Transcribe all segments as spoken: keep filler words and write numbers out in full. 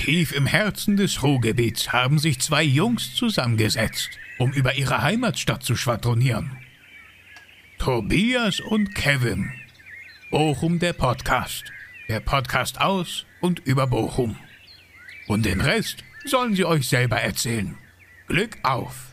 Tief im Herzen des Ruhrgebiets haben sich zwei Jungs zusammengesetzt, um über ihre Heimatstadt zu schwadronieren. Tobias und Kevin. Bochum der Podcast. Der Podcast aus und über Bochum. Und den Rest sollen sie euch selber erzählen. Glück auf!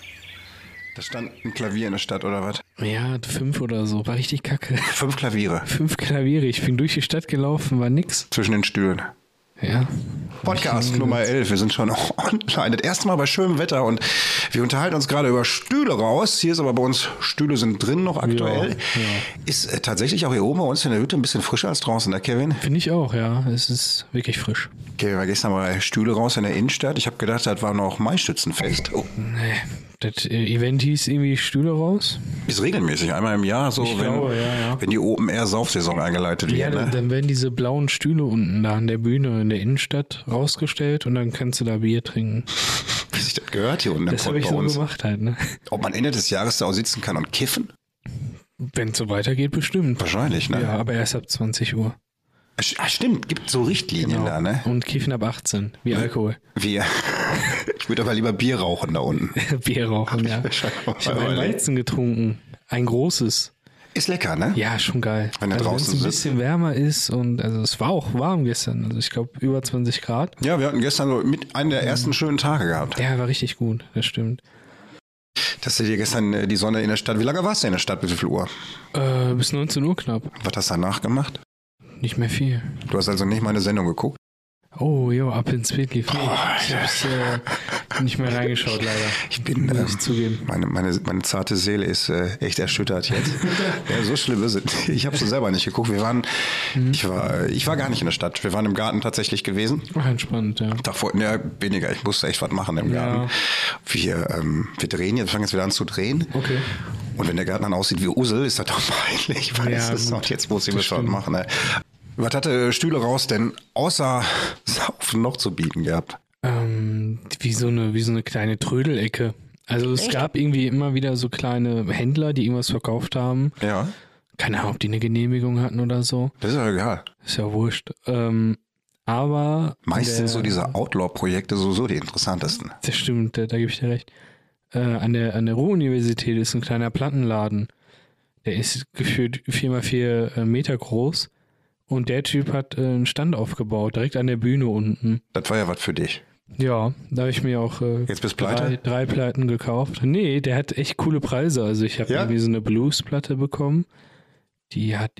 Da stand ein Klavier in der Stadt, oder was? Ja, fünf oder so. War richtig kacke. Fünf Klaviere. Fünf Klaviere. Ich bin durch die Stadt gelaufen, war nix. Zwischen den Stühlen. Ja. Podcast Nummer elf. Wir sind schon online. Das erste Mal bei schönem Wetter und wir unterhalten uns gerade über Stühle raus. Hier ist aber bei uns, Stühle sind drin noch aktuell. Ja, ja. Ist äh, tatsächlich auch hier oben bei uns in der Hütte ein bisschen frischer als draußen, ne, Kevin? Finde ich auch, ja. Es ist wirklich frisch. Kevin war gestern mal Stühle raus in der Innenstadt. Ich habe gedacht, das war noch Maistützenfest. Oh. Nee. Das Event hieß irgendwie Stühle raus? Ist regelmäßig, einmal im Jahr, so, ich wenn, glaube, ja, ja. wenn die Open-Air-Saufsaison eingeleitet ja, wird. Dann, ne? dann werden diese blauen Stühle unten da an der Bühne in der Innenstadt rausgestellt und dann kannst du da Bier trinken. Wie sich das gehört hier unten im Das habe ich so gemacht halt, ne? Ob man Ende des Jahres da auch sitzen kann und kiffen? Wenn es so weitergeht, bestimmt. Wahrscheinlich, ne? Ja, aber erst ab zwanzig Uhr. Ah, stimmt, gibt so Richtlinien genau. da, ne? Und kiffen ab achtzehn, wie Alkohol. Wie? Ich würde aber lieber Bier rauchen da unten. Bier rauchen, ja. Ich habe ein Weizen getrunken. Ein großes. Ist lecker, ne? Ja, schon geil. Wenn er also draußen ein bisschen wärmer ist und also es war auch warm gestern. Also ich glaube über zwanzig Grad. Ja, wir hatten gestern so mit einem der ersten mhm. schönen Tage gehabt. Ja, war richtig gut, das stimmt. Dass du dir gestern die Sonne in der Stadt, wie lange warst du in der Stadt, bis wie viel Uhr? Äh, bis neunzehn Uhr knapp. Was hast du danach gemacht? Nicht mehr viel. Du hast also nicht meine Sendung geguckt? Oh, jo, ab ins Bild lief. Nee, ich hab's äh, nicht mehr reingeschaut, leider. Ich bin, muss äh, ich zugeben. Meine, meine, meine zarte Seele ist äh, echt erschüttert jetzt. Ja, so schlimm ist es. Ich habe so selber nicht geguckt. Wir waren, mhm. ich war, ich war gar nicht in der Stadt. Wir waren im Garten tatsächlich gewesen. Ach, entspannt, ja. Davor, ja, weniger. Ich musste echt was machen im Garten. Ja. Wir, ähm, wir drehen jetzt, wir fangen jetzt wieder an zu drehen. Okay. Und wenn der Garten dann aussieht wie Ussel, ist das doch peinlich. Weil ja, es ist jetzt muss ich was machen. Ne? Was hatte Stühle raus denn außer Saufen noch zu bieten gehabt? Ähm, wie so eine, wie so eine kleine Trödelecke. Also es Echt? gab irgendwie immer wieder so kleine Händler, die irgendwas verkauft haben. Ja. Keine Ahnung, ob die eine Genehmigung hatten oder so. Das ist ja egal. Ist ja wurscht. Ähm, aber meist sind so diese Outlaw-Projekte sowieso die interessantesten. Das stimmt, da, da gebe ich dir recht. Äh, an der, an der Ruhr-Universität ist ein kleiner Plattenladen. Der ist gefühlt vier mal vier Meter groß. Und der Typ hat äh, einen Stand aufgebaut, direkt an der Bühne unten. Das war ja was für dich. Ja, da habe ich mir auch äh, Jetzt bist pleite? drei, drei Platten gekauft. Nee, der hat echt coole Preise. Also ich habe ja? irgendwie so eine Blues-Platte bekommen. Die hat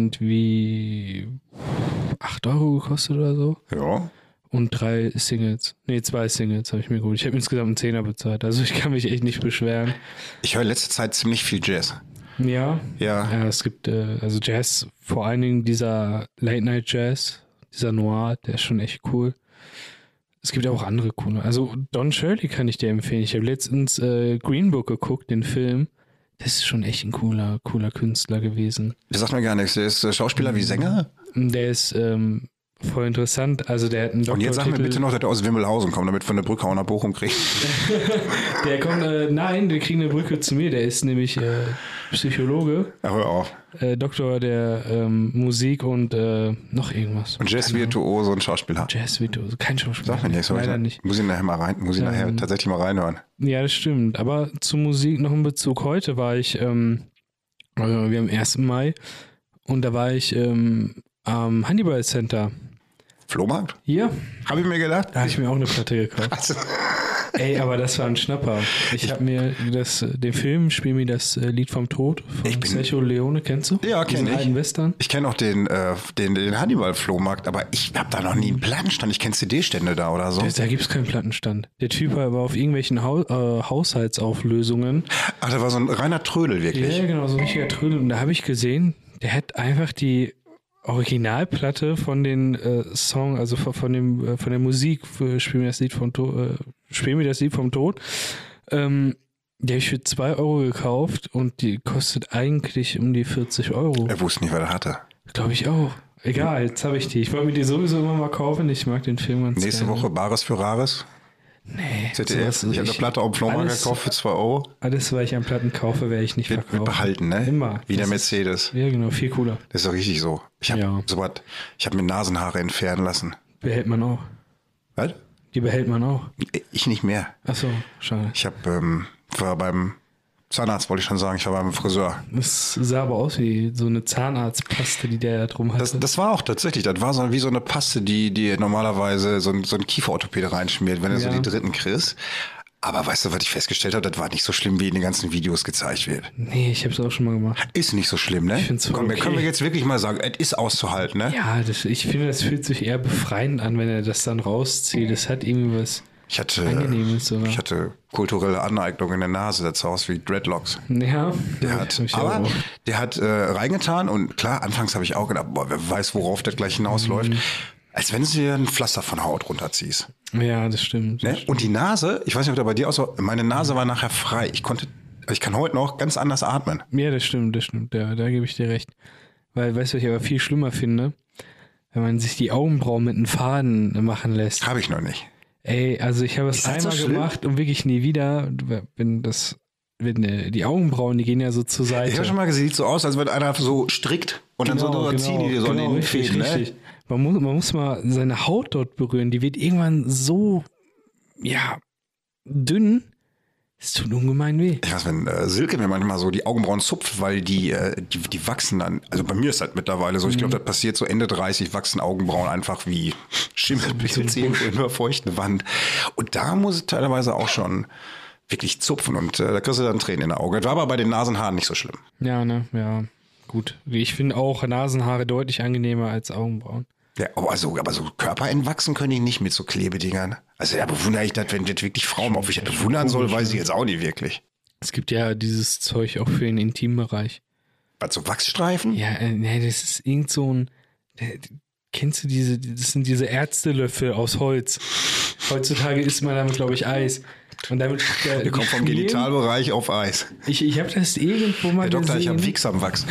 irgendwie acht Euro gekostet oder so. Ja. Und drei Singles. Nee, zwei Singles habe ich mir geholt. Ich habe insgesamt einen Zehner bezahlt. Also ich kann mich echt nicht beschweren. Ich höre in letzter Zeit ziemlich viel Jazz. Ja, ja, ja, es gibt äh, also Jazz, vor allen Dingen dieser Late-Night-Jazz, dieser Noir, der ist schon echt cool. Es gibt auch andere coole. Also Don Shirley kann ich dir empfehlen. Ich habe letztens äh, Green Book geguckt, den Film. Das ist schon echt ein cooler, cooler Künstler gewesen. Der sagt mir gar nichts. Der ist äh, Schauspieler wie Sänger? Der ist ähm, voll interessant. Also der hat einen Doktortitel. Und jetzt sag mir bitte noch, dass der aus Wimmelhausen kommt, damit wir eine Brücke auch nach Bochum kriegen. Der kommt, äh, nein, wir kriegen eine Brücke zu mir. Der ist nämlich äh, Psychologe. Ach, hör auf. Äh, Doktor der ähm, Musik und äh, noch irgendwas. Und Jazz-Virtuose und Schauspieler. Jazz-Virtuose, kein Schauspieler. Sag mir nichts, leider nicht. Muss ich nachher mal rein, muss ich ähm, nachher tatsächlich mal reinhören. Ja, das stimmt. Aber zur Musik noch in Bezug. Heute war ich, ähm, wir haben ersten Mai und da war ich ähm, am Hannibal Center. Flohmarkt? Ja. Habe ich mir gedacht. Da habe ich mir auch eine Platte gekauft. Also. Ey, aber das war ein Schnapper. Ich habe mir das, den Film, spiel mir das Lied vom Tod von Sergio Leone, kennst du? Ja, kenne ich. Alten Western. Ich kenne auch den, äh, den, den Hannibal-Flohmarkt, aber ich habe da noch nie einen Plattenstand. Ich kenne C D-Stände da oder so. Da, da gibt es keinen Plattenstand. Der Typ war auf irgendwelchen Hau- äh, Haushaltsauflösungen. Ach, da war so ein reiner Trödel wirklich. Ja, genau, so ein richtiger Trödel. Und da habe ich gesehen, der hat einfach die Originalplatte von den äh, Song, also von, von dem äh, von der Musik für Spiel mir das Lied vom Tod, äh, Spiel mir das Lied vom Tod. Ähm, die habe ich für zwei Euro gekauft und die kostet eigentlich um die vierzig Euro. Er wusste nicht, was er hatte. Glaube ich auch. Egal, jetzt habe ich die. Ich wollte mir die sowieso immer mal kaufen. Ich mag den Film ganz Nächste gerne. Woche Bares für Rares. Nee. Z D F. Ich habe eine Platte auf dem Flohmarkt gekauft für zwei Euro. Alles, was ich an Platten kaufe, werde ich nicht wird, verkaufen. Wird behalten, ne? Immer. Wie das der Mercedes. Ist, ja, genau. Viel cooler. Das ist doch richtig so. Ich habe ja. so was, ich habe mir Nasenhaare entfernen lassen. Behält man auch. Was? Die behält man auch. Ich nicht mehr. Ach so, schade. Ich hab, ähm, war beim Zahnarzt, wollte ich schon sagen, ich war beim Friseur. Das sah aber aus wie so eine Zahnarztpaste, die der da drum hatte. Das, das war auch tatsächlich, das war so wie so eine Paste, die, die normalerweise so ein, so ein Kieferorthopäde reinschmiert, wenn du Ja. so die dritten kriegst. Aber weißt du, was ich festgestellt habe, das war nicht so schlimm, wie in den ganzen Videos gezeigt wird. Nee, ich hab's auch schon mal gemacht. Ist nicht so schlimm, ne? Ich find's voll Komm, okay. können wir jetzt wirklich mal sagen, es ist auszuhalten, ne? Ja, das, ich finde, das fühlt sich eher befreiend an, wenn er das dann rauszieht. Das hat irgendwie was Ich hatte, Angenehmes sogar. ich hatte kulturelle Aneignung in der Nase, das sah aus wie Dreadlocks. Ja, Der hat, hab ich aber auch. der hat äh, reingetan und klar, anfangs habe ich auch gedacht, boah, wer weiß, worauf das gleich hinausläuft. Mhm. Als wenn du dir ein Pflaster von der Haut runterziehst. Ja, das stimmt. Ne? Und die Nase, ich weiß nicht, ob der bei dir aussah, meine Nase war nachher frei. Ich konnte, ich kann heute noch ganz anders atmen. Ja, das stimmt, das stimmt. Da, da gebe ich dir recht. Weil, weißt du, was ich aber viel schlimmer finde? Wenn man sich die Augenbrauen mit einem Faden machen lässt. Habe ich noch nicht. Ey, also ich habe es Ist das so einmal schlimm? gemacht und wirklich nie wieder. Wenn das, wenn äh, die Augenbrauen, die gehen ja so zur Seite. Ich habe schon mal gesehen, sieht so aus, als wenn einer so strickt und dann so drüber ziehen die dir so genau, in den richtig, Fäden, ne? richtig. Man muss, man muss mal seine Haut dort berühren. Die wird irgendwann so, ja, dünn. Es tut ungemein weh. Ich weiß, wenn äh, Silke mir manchmal so die Augenbrauen zupft, weil die, äh, die, die wachsen dann, also bei mir ist das mittlerweile so, ich glaube, das passiert so Ende dreißig, wachsen Augenbrauen einfach wie Schimmelpilz irgendwo in einer feuchten Wand. Und da muss es teilweise auch schon wirklich zupfen und äh, da kriegst du dann Tränen in den Augen. Das war aber bei den Nasenhaaren nicht so schlimm. Ja, ne, ja, gut. Ich finde auch Nasenhaare deutlich angenehmer als Augenbrauen. Ja, aber so, aber so Körperentwachsen können die nicht mit so Klebedingern. Also da bewundere ich das, wenn das wirklich Frauen, ob ich das bewundern soll, weiß ich jetzt auch nicht wirklich. Es gibt ja dieses Zeug auch für den Intimbereich. Was, so Wachsstreifen? Ja, äh, nee, das ist irgend so ein. Äh, kennst du diese, das sind diese Ärztelöffel aus Holz. Heutzutage isst man damit, glaube ich, Eis. Und damit. Äh, Der kommt vom schmieren- Genitalbereich auf Eis. Ich, ich habe das irgendwo mal Herr Doktor, ich gesehen. habe Wichs am Wachsen.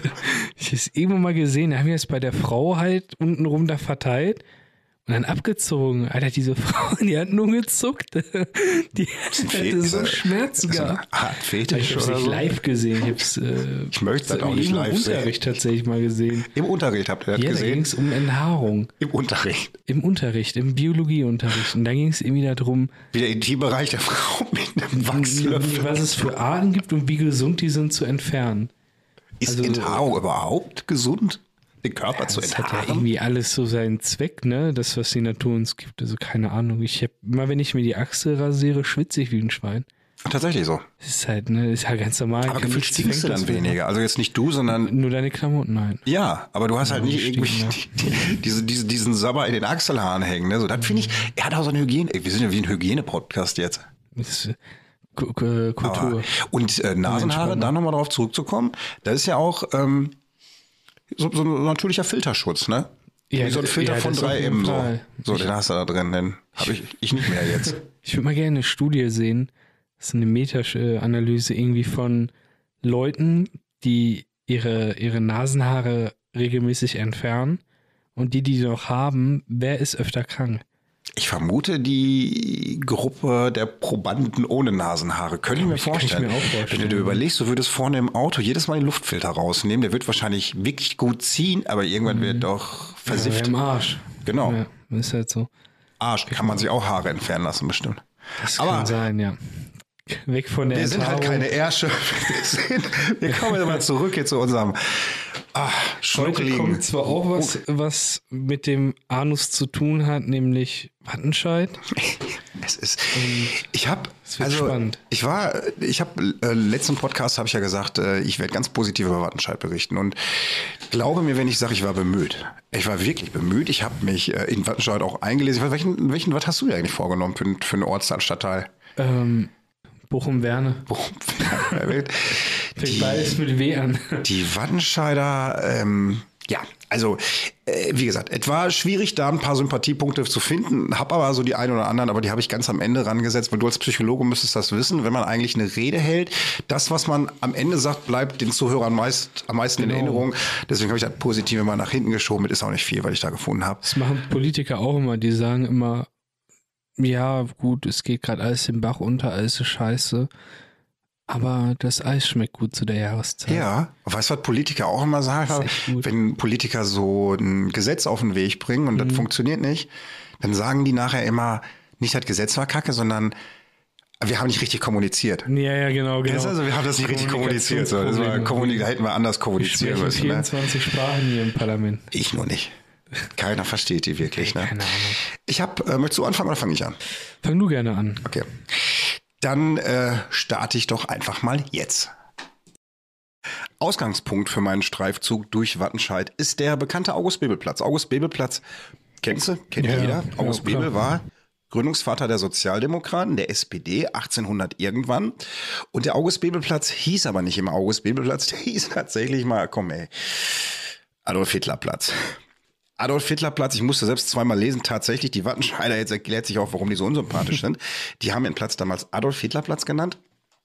Ich habe es irgendwo mal gesehen. Da haben wir es bei der Frau halt untenrum da verteilt. Und dann abgezogen. Alter, diese Frau, die hat nur gezuckt. Die hatte so Schmerzen Ist das gehabt. eine Art Ich Fetisch habe es oder nicht so? live gesehen. Ich, hab's, äh, Ich möchte das auch nicht im live sehen. Unterricht tatsächlich mal gesehen. Im Unterricht habt ihr das Ja, da ging gesehen? es um Enthaarung. Im Unterricht. Im Unterricht, im Biologieunterricht. Und da ging es irgendwie darum, Wie der Intimbereich der Frau mit einem Wachslöffel. was es für Arten gibt und wie gesund die sind zu entfernen. Ist also- Enthaarung überhaupt gesund? Den Körper zu Das hat ja enthaaren? irgendwie alles so seinen Zweck, ne? Das, was die Natur uns gibt. Also keine Ahnung. Ich hab, immer wenn ich mir die Achsel rasiere, schwitze ich wie ein Schwein. Tatsächlich so. Das ist halt, ne? Das ist halt ganz normal. Aber gefühlt Nichts stinkst du fängt dann das mit. weniger. Also jetzt nicht du, sondern Nur deine Klamotten, nein. ja, aber du hast halt nicht die irgendwie stinken, die, die, diese, diese, diesen Sabber in den Achselhaaren hängen. Ne? So, das finde ich, er hat auch so eine Hygiene. Ey, wir sind ja wie ein Hygiene-Podcast jetzt. Das ist äh, Ku- Ku- Kultur. Aber, und äh, Nasenhaare, Entspannung. da nochmal drauf zurückzukommen, das ist ja auch ähm, so, so ein natürlicher Filterschutz, ne? Ja, wie so ein d- Filter ja, von das auf drei jeden M. So, Fall. so den hast du da drin, den habe ich, ich nicht mehr jetzt. Ich würde mal gerne eine Studie sehen. Das ist eine Meta-Analyse irgendwie von Leuten, die ihre, ihre Nasenhaare regelmäßig entfernen. Und die, die die noch haben, wer ist öfter krank? Ich vermute die Gruppe der Probanden ohne Nasenhaare. Könnte ich mir Kann ich vorstellen. mir auch vorstellen. Wenn du dir überlegst, du würdest vorne im Auto jedes Mal den Luftfilter rausnehmen, der wird wahrscheinlich wirklich gut ziehen, aber irgendwann wird doch versifft. Ja, im Arsch. Genau. Ja, ist halt so. Arsch kann man sich auch Haare entfernen lassen, bestimmt. Das Aber- kann sein, ja. Weg von der Wir sind halt Enthaarung. keine Ärsche. Wir, sind, wir kommen jetzt mal zurück hier zu unserem ah, Heute schnuckeligen. kommt zwar auch was, was mit dem Anus zu tun hat, nämlich Wattenscheid. Es ist. Ich habe es wird also spannend. ich war ich habe äh, letzten Podcast habe ich ja gesagt, äh, ich werde ganz positiv über Wattenscheid berichten und glaube mir, wenn ich sage, ich war bemüht. Ich war wirklich bemüht. Ich habe mich äh, in Wattenscheid auch eingelesen. Ich weiß, welchen welchen was hast du dir eigentlich vorgenommen für, für einen Ortsteil, Stadtteil? Ähm, Bochum-Werne. Fängt beides mit W an. Die Wattenscheider, ähm, ja, also äh, wie gesagt, es war schwierig, da ein paar Sympathiepunkte zu finden, habe aber so die einen oder anderen, aber die habe ich ganz am Ende rangesetzt, weil du als Psychologe müsstest das wissen, wenn man eigentlich eine Rede hält, das, was man am Ende sagt, bleibt den Zuhörern meist, am meisten Genau. in Erinnerung. Deswegen habe ich das Positive mal nach hinten geschoben, das ist auch nicht viel, was ich da gefunden habe. Das machen Politiker auch immer, die sagen immer, ja gut, es geht gerade alles den Bach unter, alles ist scheiße. Aber das Eis schmeckt gut zu der Jahreszeit. Ja, weißt du, was Politiker auch immer sagen? Wenn Politiker so ein Gesetz auf den Weg bringen und mhm. das funktioniert nicht, dann sagen die nachher immer, nicht das Gesetz war kacke, sondern wir haben nicht richtig kommuniziert. Ja, ja, genau, genau. Also wir haben das nicht richtig kommuniziert. So. Das war Kommunik- da hätten wir anders kommunizieren müssen. vierundzwanzig ne? Sprachen hier im Parlament. Ich nur nicht. Keiner versteht die wirklich. Ne? Keine Ahnung. Ich hab, äh, möchtest du anfangen oder fange ich an? Fang du gerne an. Okay. Dann äh, starte ich doch einfach mal jetzt. Ausgangspunkt für meinen Streifzug durch Wattenscheid ist der bekannte August-Bebel-Platz. August-Bebel-Platz, kennst du? Kennt ja, jeder. August ja, Bebel war Gründungsvater der Sozialdemokraten, der S P D, achtzehnhundert irgendwann. Und der August-Bebel-Platz hieß aber nicht immer August-Bebel-Platz, der hieß tatsächlich mal, komm ey, Adolf-Hitler-Platz. Adolf-Hitler-Platz, ich musste selbst zweimal lesen, tatsächlich, die Wattenscheider, jetzt erklärt sich auch, warum die so unsympathisch sind. Die haben den Platz damals Adolf-Hitler-Platz genannt.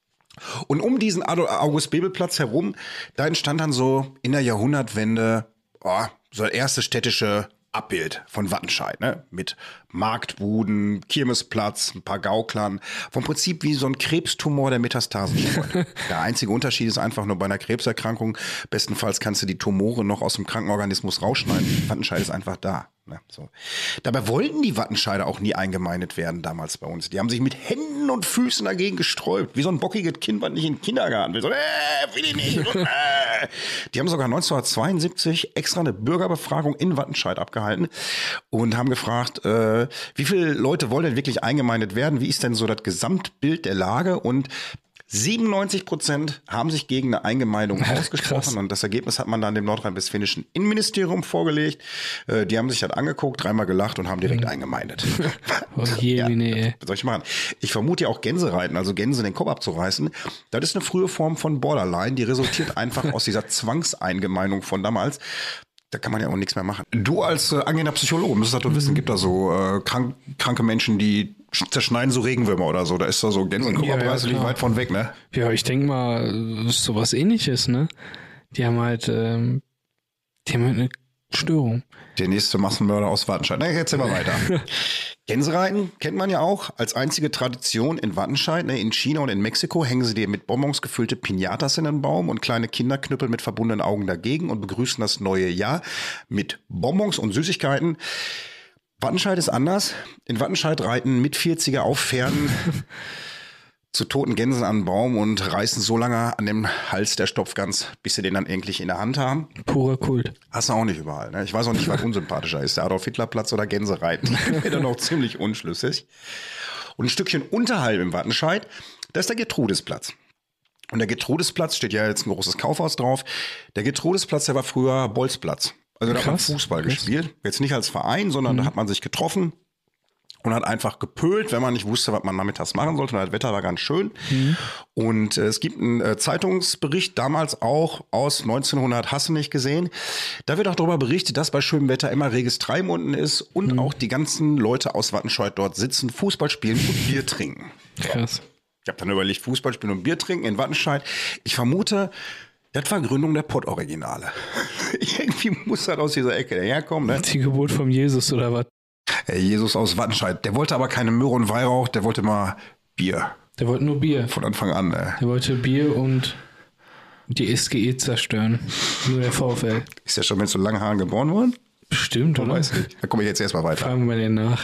Und um diesen August-Bebel-Platz herum, da entstand dann so in der Jahrhundertwende oh, so das erste städtische Abbild von Wattenscheid, ne? Mit Marktbuden, Kirmesplatz, ein paar Gauklern. Vom Prinzip wie so ein Krebstumor, der Metastasen streut. Der einzige Unterschied ist einfach nur bei einer Krebserkrankung. Bestenfalls kannst du die Tumore noch aus dem Krankenorganismus rausschneiden. Wattenscheid ist einfach da. Ne? So. Dabei wollten die Wattenscheider auch nie eingemeindet werden damals bei uns. Die haben sich mit Händen und Füßen dagegen gesträubt. Wie so ein bockiges Kind, was nicht in den Kindergarten will. So, äh, will ich nicht. So, äh. Die haben sogar neunzehnhundertzweiundsiebzig extra eine Bürgerbefragung in Wattenscheid abgehalten und haben gefragt, äh, wie viele Leute wollen denn wirklich eingemeindet werden? Wie ist denn so das Gesamtbild der Lage? Und siebenundneunzig Prozent haben sich gegen eine Eingemeindung ausgesprochen. Krass. Und das Ergebnis hat man dann dem nordrhein-westfälischen Innenministerium vorgelegt. Äh, die haben sich das angeguckt, dreimal gelacht und haben direkt mhm. eingemeindet. Oh je, ja, nee. Was soll ich machen? Ich vermute ja auch Gänsereiten, also Gänse den Kopf abzureißen. Das ist eine frühe Form von Borderline, die resultiert einfach aus dieser Zwangseingemeindung von damals. Da kann man ja auch nichts mehr machen. Du als äh, angehender Psychologe müsstest das doch wissen, gibt da so äh, krank, kranke Menschen, die zerschneiden so Regenwürmer oder so. Da ist da so Gänse und Kopfabreißer ja, ja, nicht weit von weg, ne? Ja, ich denke mal, ist sowas Ähnliches, ne? Die haben halt, ähm, die haben halt eine Störung. Der nächste Massenmörder aus Wattenscheid. Na, jetzt sind wir weiter. Gänsereiten kennt man ja auch als einzige Tradition in Wattenscheid. Ne? In China und in Mexiko hängen sie dir mit Bonbons gefüllte Pinatas in den Baum und kleine Kinder knüppeln mit verbundenen Augen dagegen und begrüßen das neue Jahr mit Bonbons und Süßigkeiten. Wattenscheid ist anders. In Wattenscheid reiten Mitvierziger auf Pferden zu toten Gänsen an den Baum und reißen so lange an dem Hals der Stopfgans, bis sie den dann endlich in der Hand haben. Purer Kult. Hast du auch nicht überall. Ne? Ich weiß auch nicht, was unsympathischer ist, der Adolf-Hitler-Platz oder Gänsereiten. Ich bin dann auch ziemlich unschlüssig. Und ein Stückchen unterhalb im Wattenscheid, da ist der Gertrudesplatz. Und der Gertrudesplatz steht ja jetzt ein großes Kaufhaus drauf. Der Gertrudesplatz, der war früher Bolzplatz. Also da hat man Fußball Krass. gespielt. Jetzt nicht als Verein, sondern mhm. da hat man sich getroffen und hat einfach gepölt, wenn man nicht wusste, was man nachmittags machen sollte. Und das Wetter war ganz schön. Mhm. Und äh, es gibt einen äh, Zeitungsbericht, damals auch aus neunzehnhundert, hast du nicht gesehen. Da wird auch darüber berichtet, dass bei schönem Wetter immer reges Treiben unten ist und mhm. auch die ganzen Leute aus Wattenscheid dort sitzen, Fußball spielen und Bier trinken. Krass. Ich habe dann überlegt, Fußball spielen und Bier trinken in Wattenscheid. Ich vermute, das war Gründung der Pott-Originale. Irgendwie muss das aus dieser Ecke daherkommen. Ne? Die Geburt von Jesus oder was? Hey, Jesus aus Wattenscheid. Der wollte aber keine Möhre und Weihrauch, der wollte mal Bier. Der wollte nur Bier. Von Anfang an. Ne? Der wollte Bier und die S G E zerstören. Nur der VfL. Ist der schon mit so langen Haaren geboren worden? Bestimmt, oder? Weiß nicht. Da komme ich jetzt erstmal weiter. Fragen wir den nach.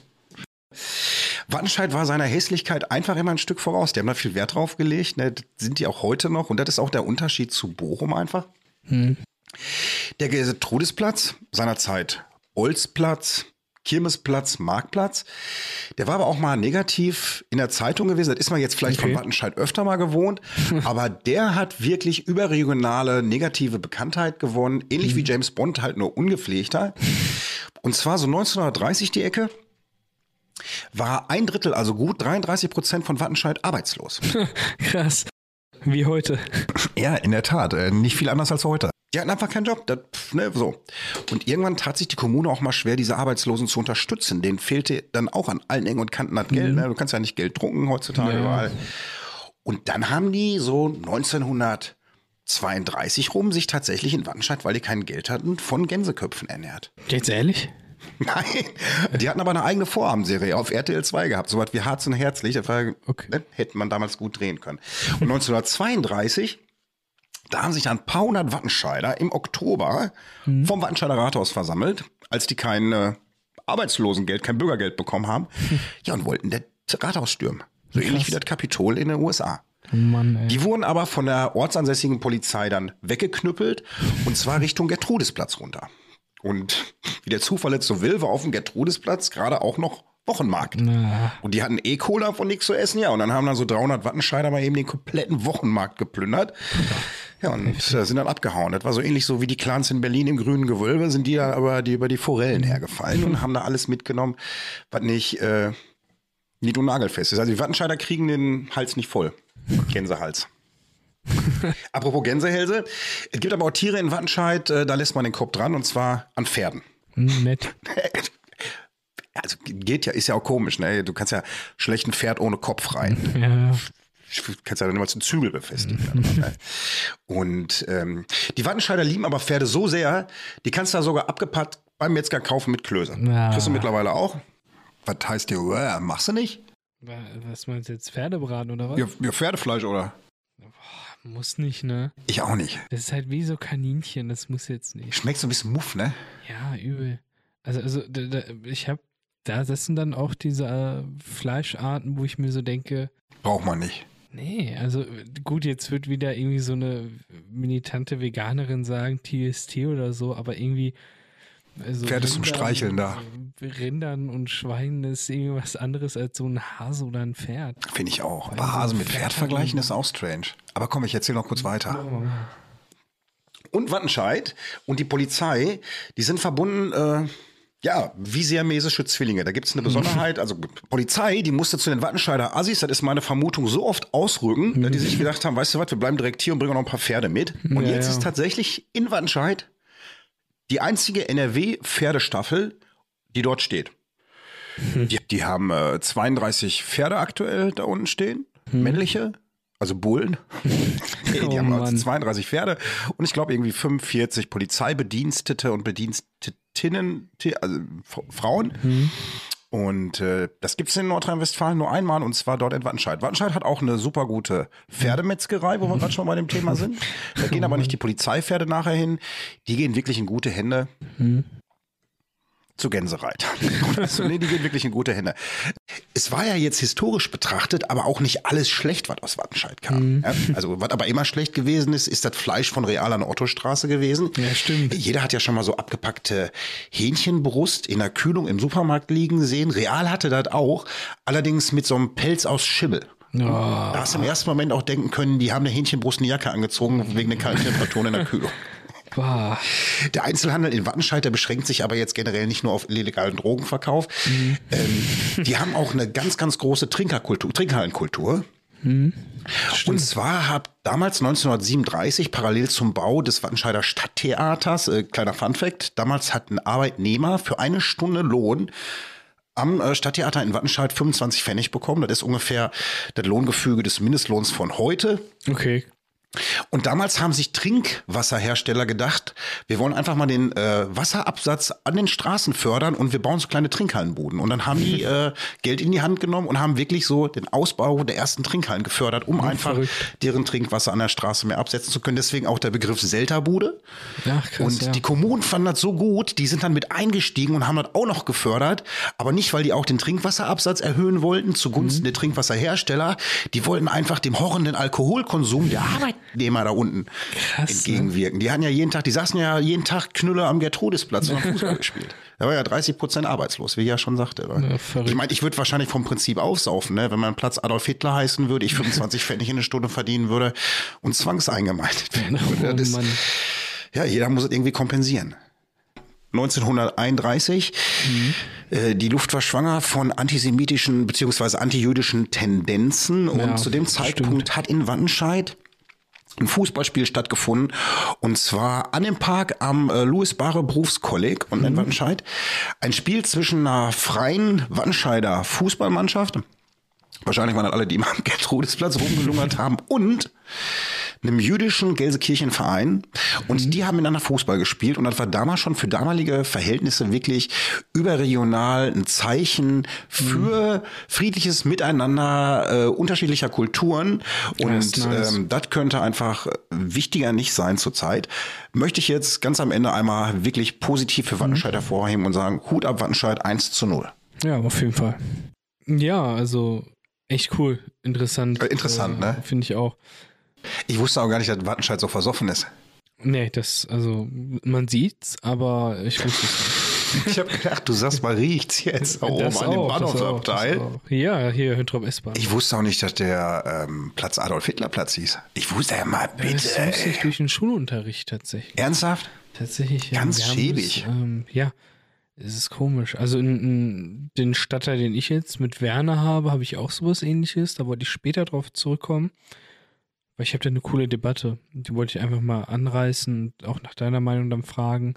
Wattenscheid war seiner Hässlichkeit einfach immer ein Stück voraus. Die haben da viel Wert drauf gelegt. Ne? Das sind die auch heute noch. Und das ist auch der Unterschied zu Bochum einfach. Hm. Der Gertrudesplatz, seinerzeit Bolzplatz, Kirmesplatz, Marktplatz, der war aber auch mal negativ in der Zeitung gewesen. Das ist man jetzt vielleicht okay. von Wattenscheid öfter mal gewohnt. Aber der hat wirklich überregionale negative Bekanntheit gewonnen. Ähnlich hm. wie James Bond, halt nur ungepflegter. Und zwar so neunzehnhundertdreißig die Ecke. War ein Drittel, also gut dreiunddreißig Prozent von Wattenscheid arbeitslos. Krass. Wie heute. Ja, in der Tat. Äh, nicht viel anders als heute. Die hatten einfach keinen Job. Das, ne, so. Und irgendwann tat sich die Kommune auch mal schwer, diese Arbeitslosen zu unterstützen. Denen fehlte dann auch an allen Ecken und Kanten das Geld. Mhm. Ne? Du kannst ja nicht Geld drucken heutzutage ja. überall. Und dann haben die so neunzehnhundertzweiunddreißig rum sich tatsächlich in Wattenscheid, weil die kein Geld hatten, von Gänseköpfen ernährt. Jetzt ehrlich? Nein, die hatten aber eine eigene Vorabendserie auf R T L zwei gehabt, so was wie Harz und Herzlich, das war, okay. ne, hätte man damals gut drehen können. Und neunzehnhundertzweiunddreißig, da haben sich dann ein paar hundert Wattenscheider im Oktober mhm. vom Wattenscheider Rathaus versammelt, als die kein äh, Arbeitslosengeld, kein Bürgergeld bekommen haben, hm. ja, und wollten das Rathaus stürmen. So Krass. Ähnlich wie das Kapitol in den U S A. Oh Mann, ey. Die wurden aber von der ortsansässigen Polizei dann weggeknüppelt und zwar Richtung Gertrudisplatz runter. Und wie der Zufall jetzt so will, war auf dem Gertrudisplatz gerade auch noch Wochenmarkt. Na. Und die hatten eh Cola von nichts zu essen, ja. Und dann haben dann so dreihundert Wattenscheider mal eben den kompletten Wochenmarkt geplündert. Ja, und äh, sind dann abgehauen. Das war so ähnlich so wie die Clans in Berlin im grünen Gewölbe, sind die dann aber die über die Forellen hergefallen und haben da alles mitgenommen, was nicht äh, nied- und nagelfest ist. Also die Wattenscheider kriegen den Hals nicht voll. Gänsehals. Apropos Gänsehälse, es gibt aber auch Tiere in Wattenscheid, äh, da lässt man den Kopf dran, und zwar an Pferden. Mm, nett. Also geht ja, ist ja auch komisch, ne? Du kannst ja schlecht ein Pferd ohne Kopf rein. Ja. Du kannst ja dann immer zum Zügel befestigen. Und ähm, die Wattenscheider lieben aber Pferde so sehr, die kannst du da sogar abgepackt beim Metzger kaufen mit Klöße. Ja. Kriegst du mittlerweile auch? Was heißt dir, äh, machst du nicht? Was meinst du jetzt, Pferdebraten oder was? Ja, ja, Pferdefleisch, oder? Boah, muss nicht, ne? Ich auch nicht. Das ist halt wie so Kaninchen, das muss jetzt nicht. Schmeckt so ein bisschen Muff, ne? Ja, übel. Also, also da, da, ich hab, da das sind dann auch diese äh, Fleischarten, wo ich mir so denke, braucht man nicht. Nee, also gut, jetzt wird wieder irgendwie so eine militante Veganerin sagen, T S T oder so, aber irgendwie also Pferd ist zum Streicheln da. Rindern und Schweinen ist irgendwie was anderes als so ein Hase oder ein Pferd. Finde ich auch. Aber Hase mit Pferd vergleichen ist auch strange. Aber komm, ich erzähle noch kurz weiter. Und Wattenscheid und die Polizei, die sind verbunden, äh, ja, wie siamesische Zwillinge. Da gibt es eine Besonderheit. Also Polizei, die musste zu den Wattenscheider Assis, das ist meine Vermutung, so oft ausrücken, dass die sich gedacht haben, weißt du was, wir bleiben direkt hier und bringen auch noch ein paar Pferde mit. Und ja, jetzt ja. ist tatsächlich in Wattenscheid die einzige N R W-Pferdestaffel, die dort steht. Hm. Die, die haben äh, zweiunddreißig Pferde aktuell da unten stehen, hm. männliche, also Bullen. die oh, haben also Mann. zweiunddreißig Pferde und ich glaube irgendwie fünfundvierzig Polizeibedienstete und Bedienstetinnen, also Frauen. Hm. Und äh, das gibt es in Nordrhein-Westfalen nur einmal, und zwar dort in Wattenscheid. Wattenscheid hat auch eine super gute Pferdemetzgerei, wo wir gerade schon bei dem Thema sind. Da gehen aber nicht die Polizeipferde nachher hin. Die gehen wirklich in gute Hände. Hm. Zu Gänsereitern. Also, nee, die gehen wirklich in gute Hände. Es war ja jetzt historisch betrachtet, aber auch nicht alles schlecht, was aus Wattenscheid kam. Mhm. Ja, also, was aber immer schlecht gewesen ist, ist das Fleisch von Real an der Ottostraße gewesen. Ja, stimmt. Jeder hat ja schon mal so abgepackte Hähnchenbrust in der Kühlung im Supermarkt liegen sehen. Real hatte das auch, allerdings mit so einem Pelz aus Schimmel. Oh. Da hast du im ersten Moment auch denken können, die haben eine Hähnchenbrust eine Jacke angezogen wegen den kalten Temperaturen in der Kühlung. Boah. Der Einzelhandel in Wattenscheid, der beschränkt sich aber jetzt generell nicht nur auf illegalen Drogenverkauf. Mhm. Ähm, die haben auch eine ganz, ganz große Trinkerkultur, Trinkhallenkultur. Mhm. Und zwar hat damals neunzehnhundertsiebenunddreißig, parallel zum Bau des Wattenscheider Stadttheaters, äh, kleiner Funfact, damals hat ein Arbeitnehmer für eine Stunde Lohn am äh, Stadttheater in Wattenscheid fünfundzwanzig Pfennig bekommen. Das ist ungefähr das Lohngefüge des Mindestlohns von heute. Okay. Und damals haben sich Trinkwasserhersteller gedacht, wir wollen einfach mal den äh, Wasserabsatz an den Straßen fördern und wir bauen so kleine Trinkhallenbuden. Und dann haben die äh, Geld in die Hand genommen und haben wirklich so den Ausbau der ersten Trinkhallen gefördert, um ja, einfach verrückt. deren Trinkwasser an der Straße mehr absetzen zu können. Deswegen auch der Begriff Selterbude. Ja, krass, und ja. die Kommunen fanden das so gut, die sind dann mit eingestiegen und haben das auch noch gefördert. Aber nicht, weil die auch den Trinkwasserabsatz erhöhen wollten zugunsten mhm. der Trinkwasserhersteller. Die wollten einfach dem horrenden Alkoholkonsum der Arbeitnehmer da unten Krass, entgegenwirken. Ne? Die hatten ja jeden Tag, die saßen ja jeden Tag Knülle am Gertrudisplatz und haben Fußball gespielt. Da war ja dreißig Prozent arbeitslos, wie ich ja schon sagte. Ja, ich meine, ich würde wahrscheinlich vom Prinzip aufsaufen, ne? Wenn mein Platz Adolf Hitler heißen würde, ich fünfundzwanzig Pfennig in eine Stunde verdienen würde und zwangseingemeindet werden würde. Oh, das, Mann. Ja, jeder muss es irgendwie kompensieren. neunzehnhunderteinunddreißig, mhm. äh, die Luft war schwanger von antisemitischen bzw. antijüdischen Tendenzen und ja, zu dem Zeitpunkt stimmt. hat in Wattenscheid ein Fußballspiel stattgefunden, und zwar an dem Park am äh, Louis-Bahre-Berufskolleg und mhm. in Wattenscheid. Ein Spiel zwischen einer freien Wattenscheider Fußballmannschaft, wahrscheinlich waren das alle, die immer am Gertrudisplatz rumgelungert haben, und einem jüdischen Gelsenkirchen-Verein und mhm. die haben miteinander Fußball gespielt und das war damals schon für damalige Verhältnisse wirklich überregional ein Zeichen für mhm. friedliches Miteinander äh, unterschiedlicher Kulturen und das nice. ähm, das könnte einfach wichtiger nicht sein zurzeit. Möchte ich jetzt ganz am Ende einmal wirklich positiv für Wattenscheid mhm. hervorheben und sagen, Hut ab Wattenscheid eins zu null. Ja, auf jeden Fall. Ja, also echt cool, interessant. Äh, interessant, äh, ne? Finde ich auch. Ich wusste auch gar nicht, dass Wattenscheid so versoffen ist. Nee, das, also man sieht's, aber ich wusste es nicht. Ich habe gedacht, du sagst mal, riecht's jetzt oben an dem Bahnhofsabteil. Ja, hier Höntrop S-Bahn. Ich wusste auch nicht, dass der ähm, Platz Adolf-Hitler-Platz hieß. Ich wusste ja mal, bitte. Das wusste ich durch den Schulunterricht tatsächlich. Ernsthaft? Tatsächlich, ja. Ganz schäbig. Das, ähm, ja, es ist komisch. Also in, in den Stadtteil, den ich jetzt mit Werner habe, habe ich auch sowas Ähnliches. Da wollte ich später drauf zurückkommen. Weil ich habe da eine coole Debatte. Die wollte ich einfach mal anreißen und auch nach deiner Meinung dann fragen.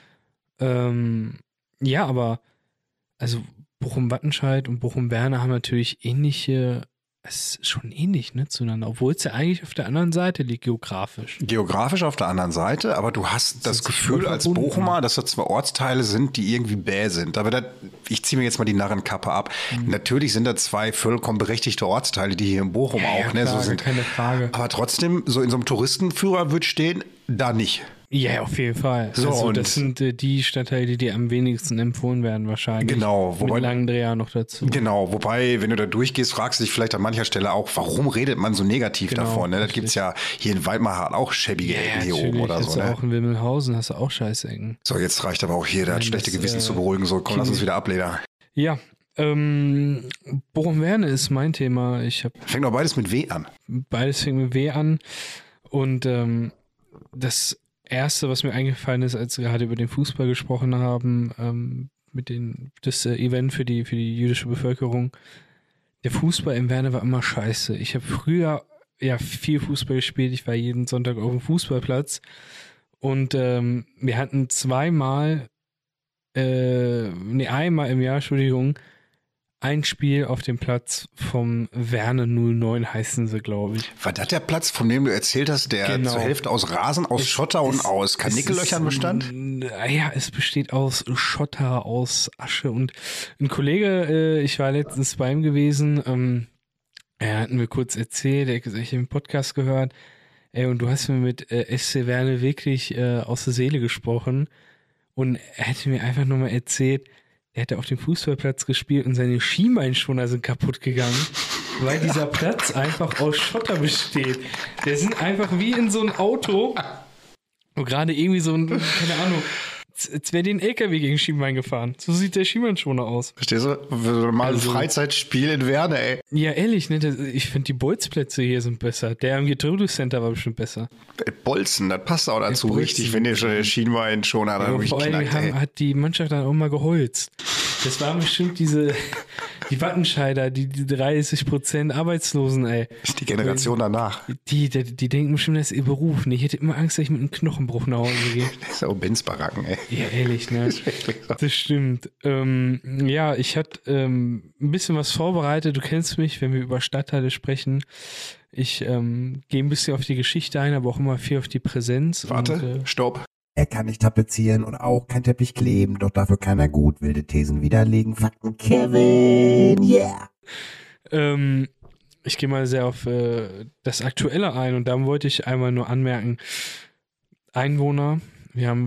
Ähm, ja, aber also Bochum-Wattenscheid und Bochum-Werner haben natürlich ähnliche, es ist schon ähnlich, ne, zueinander, obwohl es ja eigentlich auf der anderen Seite liegt, geografisch. Geografisch auf der anderen Seite, aber du hast das, das Gefühl als Bochumer, dass das zwei Ortsteile sind, die irgendwie bäh sind. Aber das, ich ziehe mir jetzt mal die Narrenkappe ab. Mhm. Natürlich sind da zwei vollkommen berechtigte Ortsteile, die hier in Bochum ja, auch, ja, ne, klar, so sind. Keine Frage. Aber trotzdem, so in so einem Touristenführer wird stehen, da nicht. Ja, auf jeden Fall. So, also und das sind äh, die Stadtteile, die am wenigsten empfohlen werden wahrscheinlich. Genau. Wobei, mit Langendreher noch dazu. Genau, wobei, wenn du da durchgehst, fragst du dich vielleicht an mancher Stelle auch, warum redet man so negativ genau, davon? Ne? Das gibt es ja hier in Weidmar auch schäbige ja, Ecken hier natürlich. oben oder hast so. Du ne? Auch in Wimmelhausen hast du auch scheiß Ecken. So, jetzt reicht aber auch hier, der hat schlechte das, Gewissen äh, zu beruhigen. So, komm, lass uns wieder ablehnen. Ja, ähm, Bochum-Werne ist mein Thema. Ich hab Fängt doch beides mit W an. Beides fängt mit W an. Und ähm, das Erste, was mir eingefallen ist, als wir gerade über den Fußball gesprochen haben, ähm, mit den, das äh, Event für die, für die jüdische Bevölkerung, der Fußball in Werne war immer scheiße. Ich habe früher ja viel Fußball gespielt, ich war jeden Sonntag auf dem Fußballplatz und ähm, wir hatten zweimal, äh, nee, einmal im Jahr, Entschuldigung, ein Spiel auf dem Platz vom Werne null neun heißen sie, glaube ich. War das der Platz, von dem du erzählt hast, der genau. zur Hälfte aus Rasen, aus es, Schotter und es, aus Karnickellöchern bestand? Ja, es besteht aus Schotter, aus Asche und ein Kollege, äh, ich war letztens bei ihm gewesen, ähm, er hat mir kurz erzählt, er hat gesagt, ich habe den Podcast gehört, ey, und du hast mir mit äh, S C Werne wirklich äh, aus der Seele gesprochen und er hätte mir einfach nur mal erzählt, er hätte auf dem Fußballplatz gespielt und seine Schienbeinschoner sind kaputt gegangen, weil dieser Platz einfach aus Schotter besteht. Der sind einfach wie in so ein Auto, wo gerade irgendwie so ein, keine Ahnung, als wäre den L K W gegen Schienbein gefahren. So sieht der Schienbeinschoner aus. Verstehst du? Mal ein also, Freizeitspiel in Werne, ey. Ja, ehrlich, ne? Das, ich finde, die Bolzplätze hier sind besser. Der am Getrude-Center war bestimmt besser. Bolzen, das passt auch dazu ja, richtig, wenn dir schon der Schienbeinschoner da wirklich knackt, ey. Hat die Mannschaft dann auch mal geholzt. Das waren bestimmt diese, die Wattenscheider, die, die dreißig Prozent Arbeitslosen, ey. Das ist die Generation danach. Die, die, die denken bestimmt, das ist ihr Beruf. Ich hätte immer Angst, dass ich mit einem Knochenbruch nach Hause gehe. Das ist auch Benzbaracken, ey. Ja, ehrlich, ne? Das, das stimmt. Ähm, ja, ich hatte ähm, ein bisschen was vorbereitet. Du kennst mich, wenn wir über Stadtteile sprechen. Ich ähm, gehe ein bisschen auf die Geschichte ein, aber auch immer viel auf die Präsenz. Warte, und, äh, stopp. Er kann nicht tapezieren und auch kein Teppich kleben, doch dafür kann er gut wilde Thesen widerlegen. Fakten Kevin, yeah! Ähm, ich gehe mal sehr auf äh, das Aktuelle ein und da wollte ich einmal nur anmerken, Einwohner, wir haben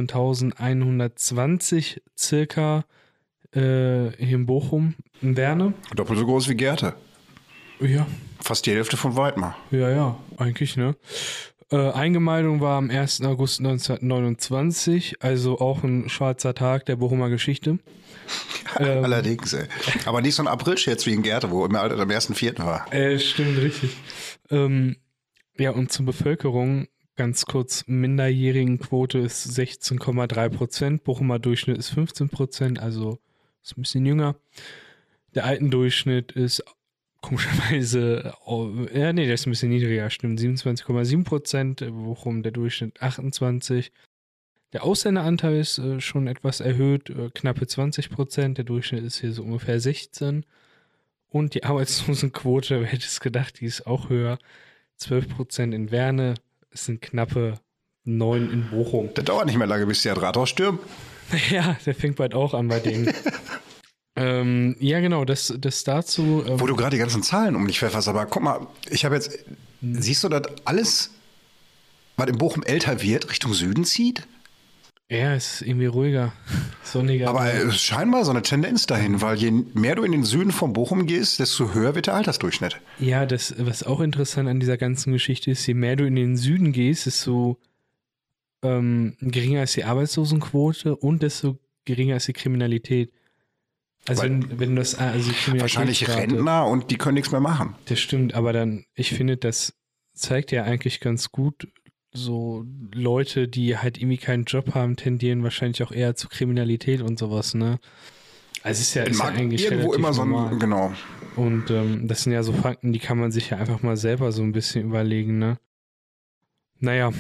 fünfzehntausendeinhundertzwanzig circa äh, hier in Bochum, in Werne. Doppelt so groß wie Gerte. Ja. Fast die Hälfte von Weidmar. Ja, ja, eigentlich, ne? Äh, Eingemeindung war am ersten August neunzehnhundertneunundzwanzig, also auch ein schwarzer Tag der Bochumer Geschichte. ähm, Allerdings, ey. Aber nicht so ein Aprilscherz wie in Gerte, wo immer am ersten vierten war. Äh, stimmt, richtig. Ähm, ja, und zur Bevölkerung, ganz kurz, Minderjährigenquote ist sechzehn Komma drei Prozent, Bochumer Durchschnitt ist fünfzehn Prozent, also ist ein bisschen jünger. Der Altendurchschnitt ist komischerweise, oh, ja, nee, der ist ein bisschen niedriger, stimmt, siebenundzwanzig Komma sieben Prozent, Bochum der Durchschnitt achtundzwanzig. Der Ausländeranteil ist äh, schon etwas erhöht, äh, knappe zwanzig Prozent, der Durchschnitt ist hier so ungefähr sechzehn. Und die Arbeitslosenquote, wer hätte es gedacht, die ist auch höher, zwölf Prozent in Werne, es sind knappe neun in Bochum. Das dauert nicht mehr lange, bis der Rathaus stürmt. Ja, der fängt bald auch an bei denen. ähm, ja, genau, das, das dazu. Ähm, Wo du gerade die ganzen Zahlen um dich pfefferst, aber guck mal, ich habe jetzt, hm. siehst du, dass alles, was in Bochum älter wird, Richtung Süden zieht? Ja, es ist irgendwie ruhiger, sonniger. Aber es ist scheinbar so eine Tendenz dahin, weil je mehr du in den Süden von Bochum gehst, desto höher wird der Altersdurchschnitt. Ja, das, was auch interessant an dieser ganzen Geschichte ist, je mehr du in den Süden gehst, desto ähm, geringer ist die Arbeitslosenquote und desto geringer ist die Kriminalität. Also wenn, wenn das also die wahrscheinlich Rentner und die können nichts mehr machen. Das stimmt, aber dann, ich finde, das zeigt ja eigentlich ganz gut, so Leute, die halt irgendwie keinen Job haben, tendieren wahrscheinlich auch eher zu Kriminalität und sowas, ne? Also es ist ja, ist ja eigentlich irgendwo immer so normal. ein, genau. Und ähm, das sind ja so Fakten, die kann man sich ja einfach mal selber so ein bisschen überlegen, ne? Naja,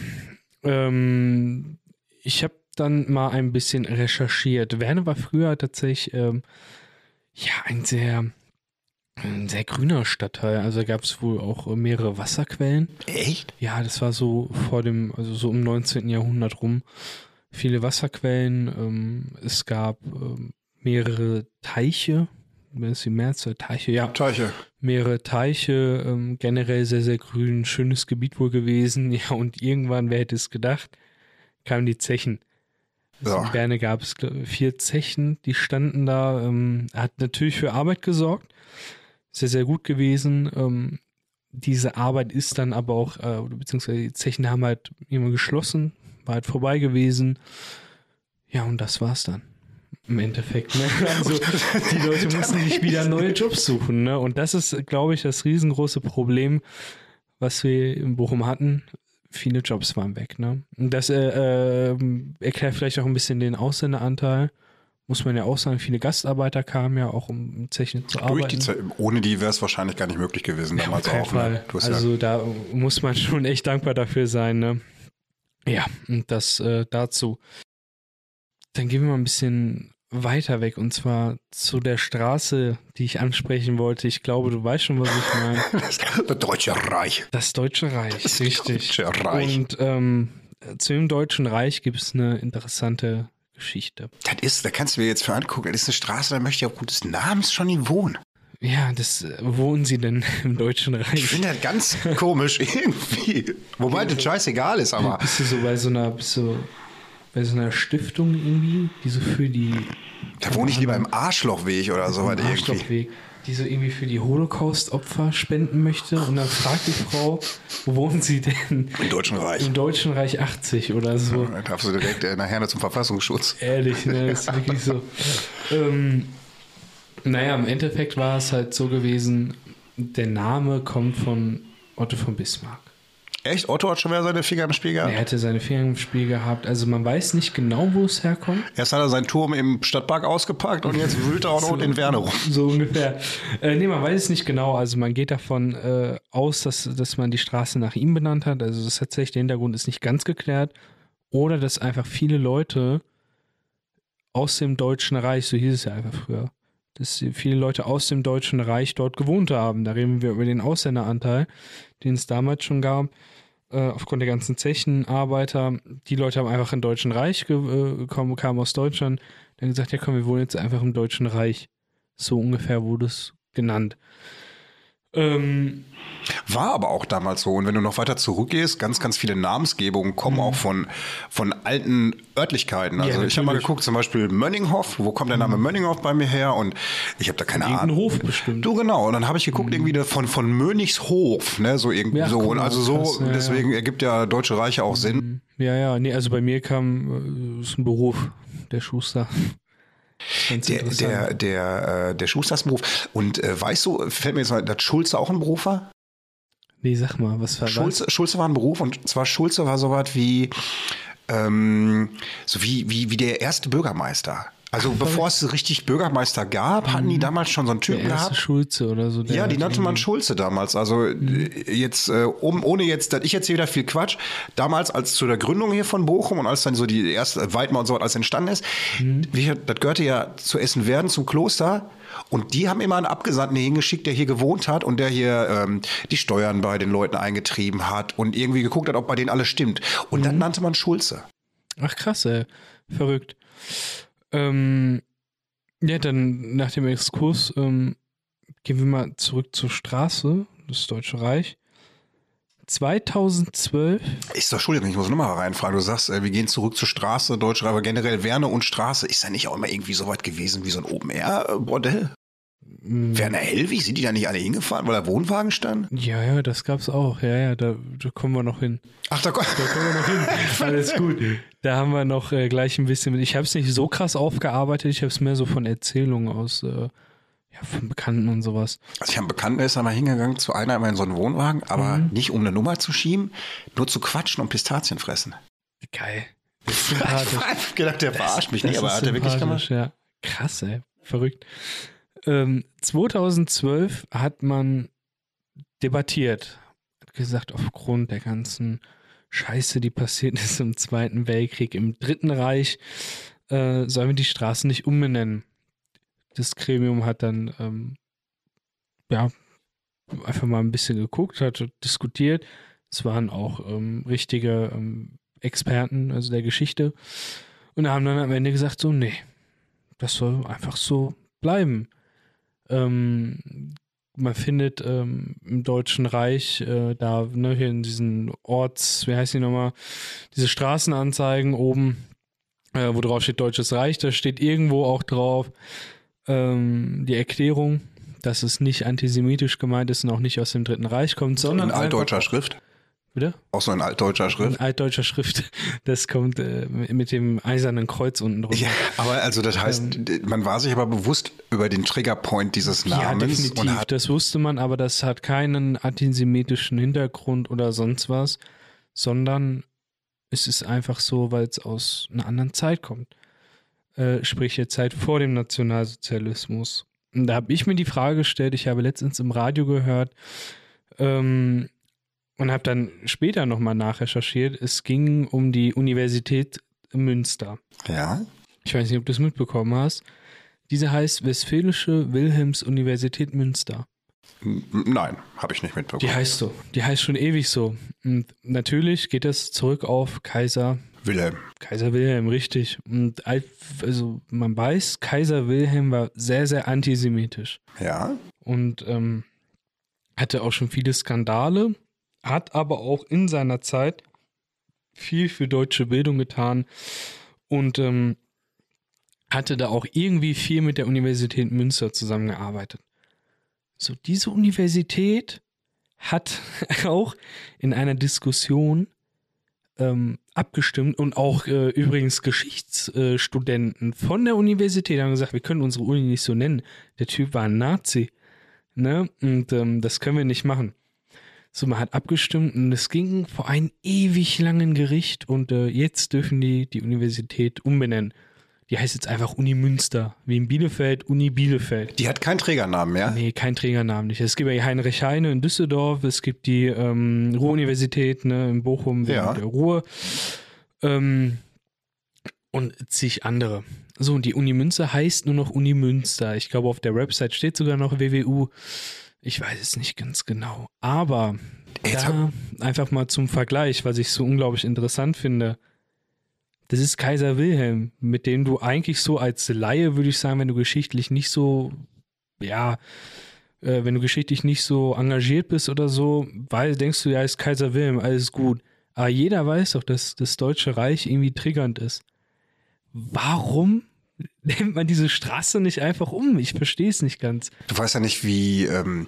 ähm, ich habe dann mal ein bisschen recherchiert. Werne war früher tatsächlich ähm, ja ein sehr Ein sehr grüner Stadtteil, also gab es wohl auch mehrere Wasserquellen. Echt? Ja, das war so vor dem, also so im neunzehnten Jahrhundert rum. Viele Wasserquellen, ähm, es gab ähm, mehrere Teiche, wenn es die Mehrzahl Teiche, ja. Teiche. Mehrere Teiche, ähm, generell sehr, sehr grün, schönes Gebiet wohl gewesen. Ja, und irgendwann, wer hätte es gedacht, kamen die Zechen. Also in Werne gab es glaub, vier Zechen, die standen da, ähm, hat natürlich für Arbeit gesorgt. Sehr, sehr gut gewesen. Ähm, diese Arbeit ist dann aber auch, äh, beziehungsweise die Zechen haben halt immer geschlossen, war halt vorbei gewesen. Ja, und das war's dann. Im Endeffekt. Ne? Also die Leute mussten sich wieder neue Jobs suchen. Ne? Und das ist, glaube ich, das riesengroße Problem, was wir in Bochum hatten. Viele Jobs waren weg. Ne? Und das äh, äh, erklärt vielleicht auch ein bisschen den Ausländeranteil. Muss man ja auch sagen, viele Gastarbeiter kamen ja auch, um im Zechen zu arbeiten. Durch die Ze- ohne die wäre es wahrscheinlich gar nicht möglich gewesen damals ja, auf auch. Fall. Ne? Du hast also ja da muss man schon echt dankbar dafür sein. Ne? Ja, und das äh, dazu. Dann gehen wir mal ein bisschen weiter weg und zwar zu der Straße, die ich ansprechen wollte. Ich glaube, du weißt schon, was ich meine. Das Deutsche Reich. Das Deutsche Reich, das richtig. Deutsche Reich. Und ähm, zu dem Deutschen Reich gibt es eine interessante Geschichte. Das ist, da kannst du mir jetzt für angucken, das ist eine Straße, da möchte ich aufgrund des Namens schon nie wohnen. Ja, das, wo wohnen sie denn im Deutschen Reich? Ich finde das ganz komisch irgendwie. Wobei das scheißegal ist, aber. Bist du so bei so einer, bist du bei so einer Stiftung irgendwie, die so für die. Da wohne ich lieber im Arschlochweg oder so weiter irgendwie. Arschlochweg, die so irgendwie für die Holocaust-Opfer spenden möchte. Und dann fragt die Frau, wo wohnen sie denn? Im Deutschen Reich. Im Deutschen Reich achtzig oder so. Ja, dann darfst du direkt äh, nachher zum Verfassungsschutz. Ehrlich, ne, das ist wirklich so. ähm, naja, im Endeffekt war es halt so gewesen, der Name kommt von Otto von Bismarck. Echt? Otto hat schon wieder seine Finger im Spiel gehabt? Er hätte seine Finger im Spiel gehabt. Also man weiß nicht genau, wo es herkommt. Erst hat er seinen Turm im Stadtpark ausgepackt und jetzt wühlt er auch noch so, in Werne rum. So ungefähr. Äh, nee, man weiß es nicht genau. Also man geht davon äh, aus, dass, dass man die Straße nach ihm benannt hat. Also das tatsächlich, der Hintergrund ist nicht ganz geklärt. Oder dass einfach viele Leute aus dem Deutschen Reich, so hieß es ja einfach früher, dass viele Leute aus dem Deutschen Reich dort gewohnt haben. Da reden wir über den Ausländeranteil, den es damals schon gab. Äh, aufgrund der ganzen Zechenarbeiter. Die Leute haben einfach im Deutschen Reich gekommen, kamen aus Deutschland. Dann gesagt, ja komm, wir wohnen jetzt einfach im Deutschen Reich. So ungefähr wurde es genannt. Ähm, War aber auch damals so. Und wenn du noch weiter zurückgehst, ganz, ganz viele Namensgebungen kommen mhm. auch von, von alten Örtlichkeiten. Also ja, ich habe mal geguckt, zum Beispiel Mönninghoff. Wo kommt der Name mhm. Mönninghoff bei mir her? Und ich habe da keine Ahnung. Hof bestimmt. Du, genau. Und dann habe ich geguckt, mhm. irgendwie von, von Mönigshof, ne, so irgendwie ja, so. Cool, und also so, krass, ja, deswegen ja. ergibt ja Deutsche Reich auch Sinn. Ja, ja, nee, also bei mir kam, äh, ist ein Beruf, der Schuster. Der, der, der, äh, der Schuster ist ein Beruf. Und äh, weißt du, fällt mir jetzt mal, dass Schulze auch ein Beruf war? Nee, sag mal, was war Schulze, das? Schulze war ein Beruf und zwar Schulze war so was wie, ähm, so wie, wie, wie der erste Bürgermeister. Also bevor es richtig Bürgermeister gab, hatten die damals schon so einen Typen Der erste gehabt. Schulze oder so. der Ja, die hat nannte man irgendwie- Schulze damals. Also äh, jetzt, äh, um, ohne jetzt, ich erzähle wieder viel Quatsch. Damals, als zu der Gründung hier von Bochum und als dann so die erste Weidmar und so alles entstanden ist, wie, das gehörte ja zu Essen-Werden, zum Kloster. Und die haben immer einen Abgesandten hier hingeschickt, der hier gewohnt hat und der hier ähm, die Steuern bei den Leuten eingetrieben hat und irgendwie geguckt hat, ob bei denen alles stimmt. Und dann nannte man Schulze. Ach krass, ey. Verrückt. Ähm, ja, dann nach dem Exkurs ähm, gehen wir mal zurück zur Straße, das Deutsche Reich. zweitausendzwölf. Ist doch, Entschuldigung, ich muss nochmal reinfragen. Du sagst, äh, wir gehen zurück zur Straße, Deutsche Reich, aber generell Werner und Straße. Ist da nicht auch immer irgendwie so weit gewesen wie so ein Open-Air-Bordell? Werner Hellwig, sind die da nicht alle hingefahren, weil da Wohnwagen stand? Ja, ja, das gab's auch. Ja, ja, da, da kommen wir noch hin. Ach, da kommt. Da kommen wir noch hin. Alles gut. Da haben wir noch äh, gleich ein bisschen mit. Ich habe es nicht so krass aufgearbeitet, ich habe es mehr so von Erzählungen aus, äh, ja, von Bekannten und sowas. Also ich habe einen Bekannten, der ist einmal hingegangen zu einer immer in so einen Wohnwagen, aber Mhm. nicht um eine Nummer zu schieben, nur zu quatschen und Pistazien fressen. Geil. Ich hab gedacht, der verarscht mich nicht, Das aber ist hat er wirklich sympathisch, gemacht? Ja. Krass, ey. Verrückt. Ähm, zweitausendzwölf hat man debattiert. Hat gesagt, aufgrund der ganzen Scheiße, die passiert ist im Zweiten Weltkrieg, im Dritten Reich, äh, sollen wir die Straßen nicht umbenennen. Das Gremium hat dann ähm, ja einfach mal ein bisschen geguckt, hat diskutiert. Es waren auch ähm, richtige ähm, Experten, also der Geschichte, und haben dann am Ende gesagt, so, nee, das soll einfach so bleiben. Ähm, man findet ähm, im Deutschen Reich äh, da, ne, hier in diesen Orts, wie heißt die nochmal, diese Straßenanzeigen oben, äh, wo drauf steht Deutsches Reich, da steht irgendwo auch drauf ähm, die Erklärung, dass es nicht antisemitisch gemeint ist und auch nicht aus dem Dritten Reich kommt, sondern In altdeutscher einfach- Schrift? Bitte? Auch so in altdeutscher Schrift? In altdeutscher Schrift. Das kommt äh, mit dem eisernen Kreuz unten drunter. Ja, aber also das heißt, man war sich aber bewusst über den Triggerpoint dieses Namens. Ja, definitiv. Und hat, Das wusste man, aber das hat keinen antisemitischen Hintergrund oder sonst was, sondern es ist einfach so, weil es aus einer anderen Zeit kommt. Äh, sprich, der Zeit vor dem Nationalsozialismus. Und da habe ich mir die Frage gestellt, ich habe letztens im Radio gehört, ähm, und habe dann später nochmal nachrecherchiert. Es ging um die Universität Münster. ja, Ich weiß nicht, ob du es mitbekommen hast. Diese heißt Westfälische Wilhelms-Universität Münster. N- nein, habe ich nicht mitbekommen. Die heißt so. Die heißt schon ewig so. Und natürlich geht das zurück auf Kaiser, Wilhelm. Kaiser Wilhelm, richtig. Und al- also man weiß, Kaiser Wilhelm war sehr, sehr antisemitisch. Ja, Und ähm, hatte auch schon viele Skandale, hat aber auch in seiner Zeit viel für deutsche Bildung getan und ähm, hatte da auch irgendwie viel mit der Universität Münster zusammengearbeitet. So, diese Universität hat auch in einer Diskussion ähm, abgestimmt und auch äh, übrigens Geschichtsstudenten von der Universität haben gesagt, wir können unsere Uni nicht so nennen. Der Typ war ein Nazi. Ne? Und ähm, das können wir nicht machen. So, man hat abgestimmt und es ging vor einem ewig langen Gericht und äh, jetzt dürfen die die Universität umbenennen. Die heißt jetzt einfach Uni Münster, wie in Bielefeld, Uni Bielefeld. die hat keinen Trägernamen mehr. Nee, kein Trägernamen nicht. Es gibt ja Heinrich Heine in Düsseldorf, es gibt die ähm, Ruhr-Universität, ne, in Bochum, wegen Ja. der Ruhr. Ähm, und zig andere. So, und die Uni Münster heißt nur noch Uni Münster. Ich glaube, auf der Website steht sogar noch W W U. Ich weiß es nicht ganz genau. Aber Jetzt da einfach mal zum Vergleich, was ich so unglaublich interessant finde. Das ist Kaiser Wilhelm, mit dem du eigentlich so als Laie, würde ich sagen, wenn du geschichtlich nicht so, ja, äh, wenn du geschichtlich nicht so engagiert bist oder so, weil denkst du, ja, ist Kaiser Wilhelm, alles gut. Aber jeder weiß doch, dass das Deutsche Reich irgendwie triggernd ist. Warum nennt man diese Straße nicht einfach um? Ich verstehe es nicht ganz. Du weißt ja nicht, wie. Ähm,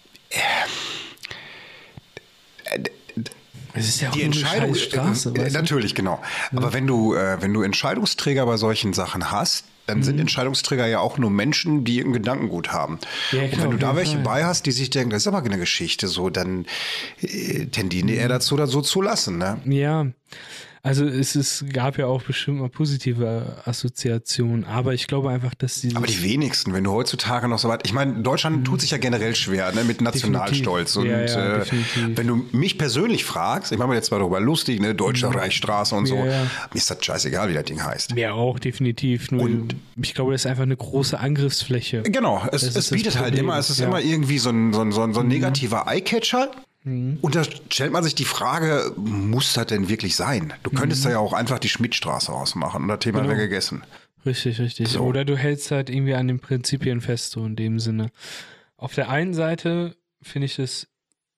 Es ist ja auch die nur eine Entscheidung, scheiß Straße. äh, weißt du? natürlich, genau. Aber wenn du, äh, wenn du Entscheidungsträger bei solchen Sachen hast, dann Mhm. sind Entscheidungsträger ja auch nur Menschen, die ein Gedankengut haben. Ja, und klar, wenn du auf da jeden welche Fall. bei hast, die sich denken, das ist aber eine Geschichte, so, dann äh, tendieren die eher dazu, das so zu lassen, ne? Ja, Also es ist, gab ja auch bestimmt mal positive Assoziationen, aber ich glaube einfach, dass die. Aber die wenigsten, wenn du heutzutage noch so weit. Ich meine, Deutschland mhm. tut sich ja generell schwer, ne, mit Nationalstolz. Definitiv. Und ja, ja, äh, wenn du mich persönlich fragst, ich mache mir jetzt mal darüber lustig, ne, Deutsche mhm. Reichsstraße und so, ja, ja. mir ist das scheißegal, wie das Ding heißt. Ja, auch definitiv. Nur und ich glaube, das ist einfach eine große Angriffsfläche. Genau, es, es bietet halt immer, es ist ja. immer irgendwie so ein, so ein, so ein, so ein mhm. negativer Eyecatcher. Und da stellt man sich die Frage, muss das denn wirklich sein? Du könntest mhm. da ja auch einfach die Schmidtstraße ausmachen und das Thema genau. wäre gegessen. Richtig, richtig. So. Oder du hältst halt irgendwie an den Prinzipien fest, so in dem Sinne. Auf der einen Seite finde ich es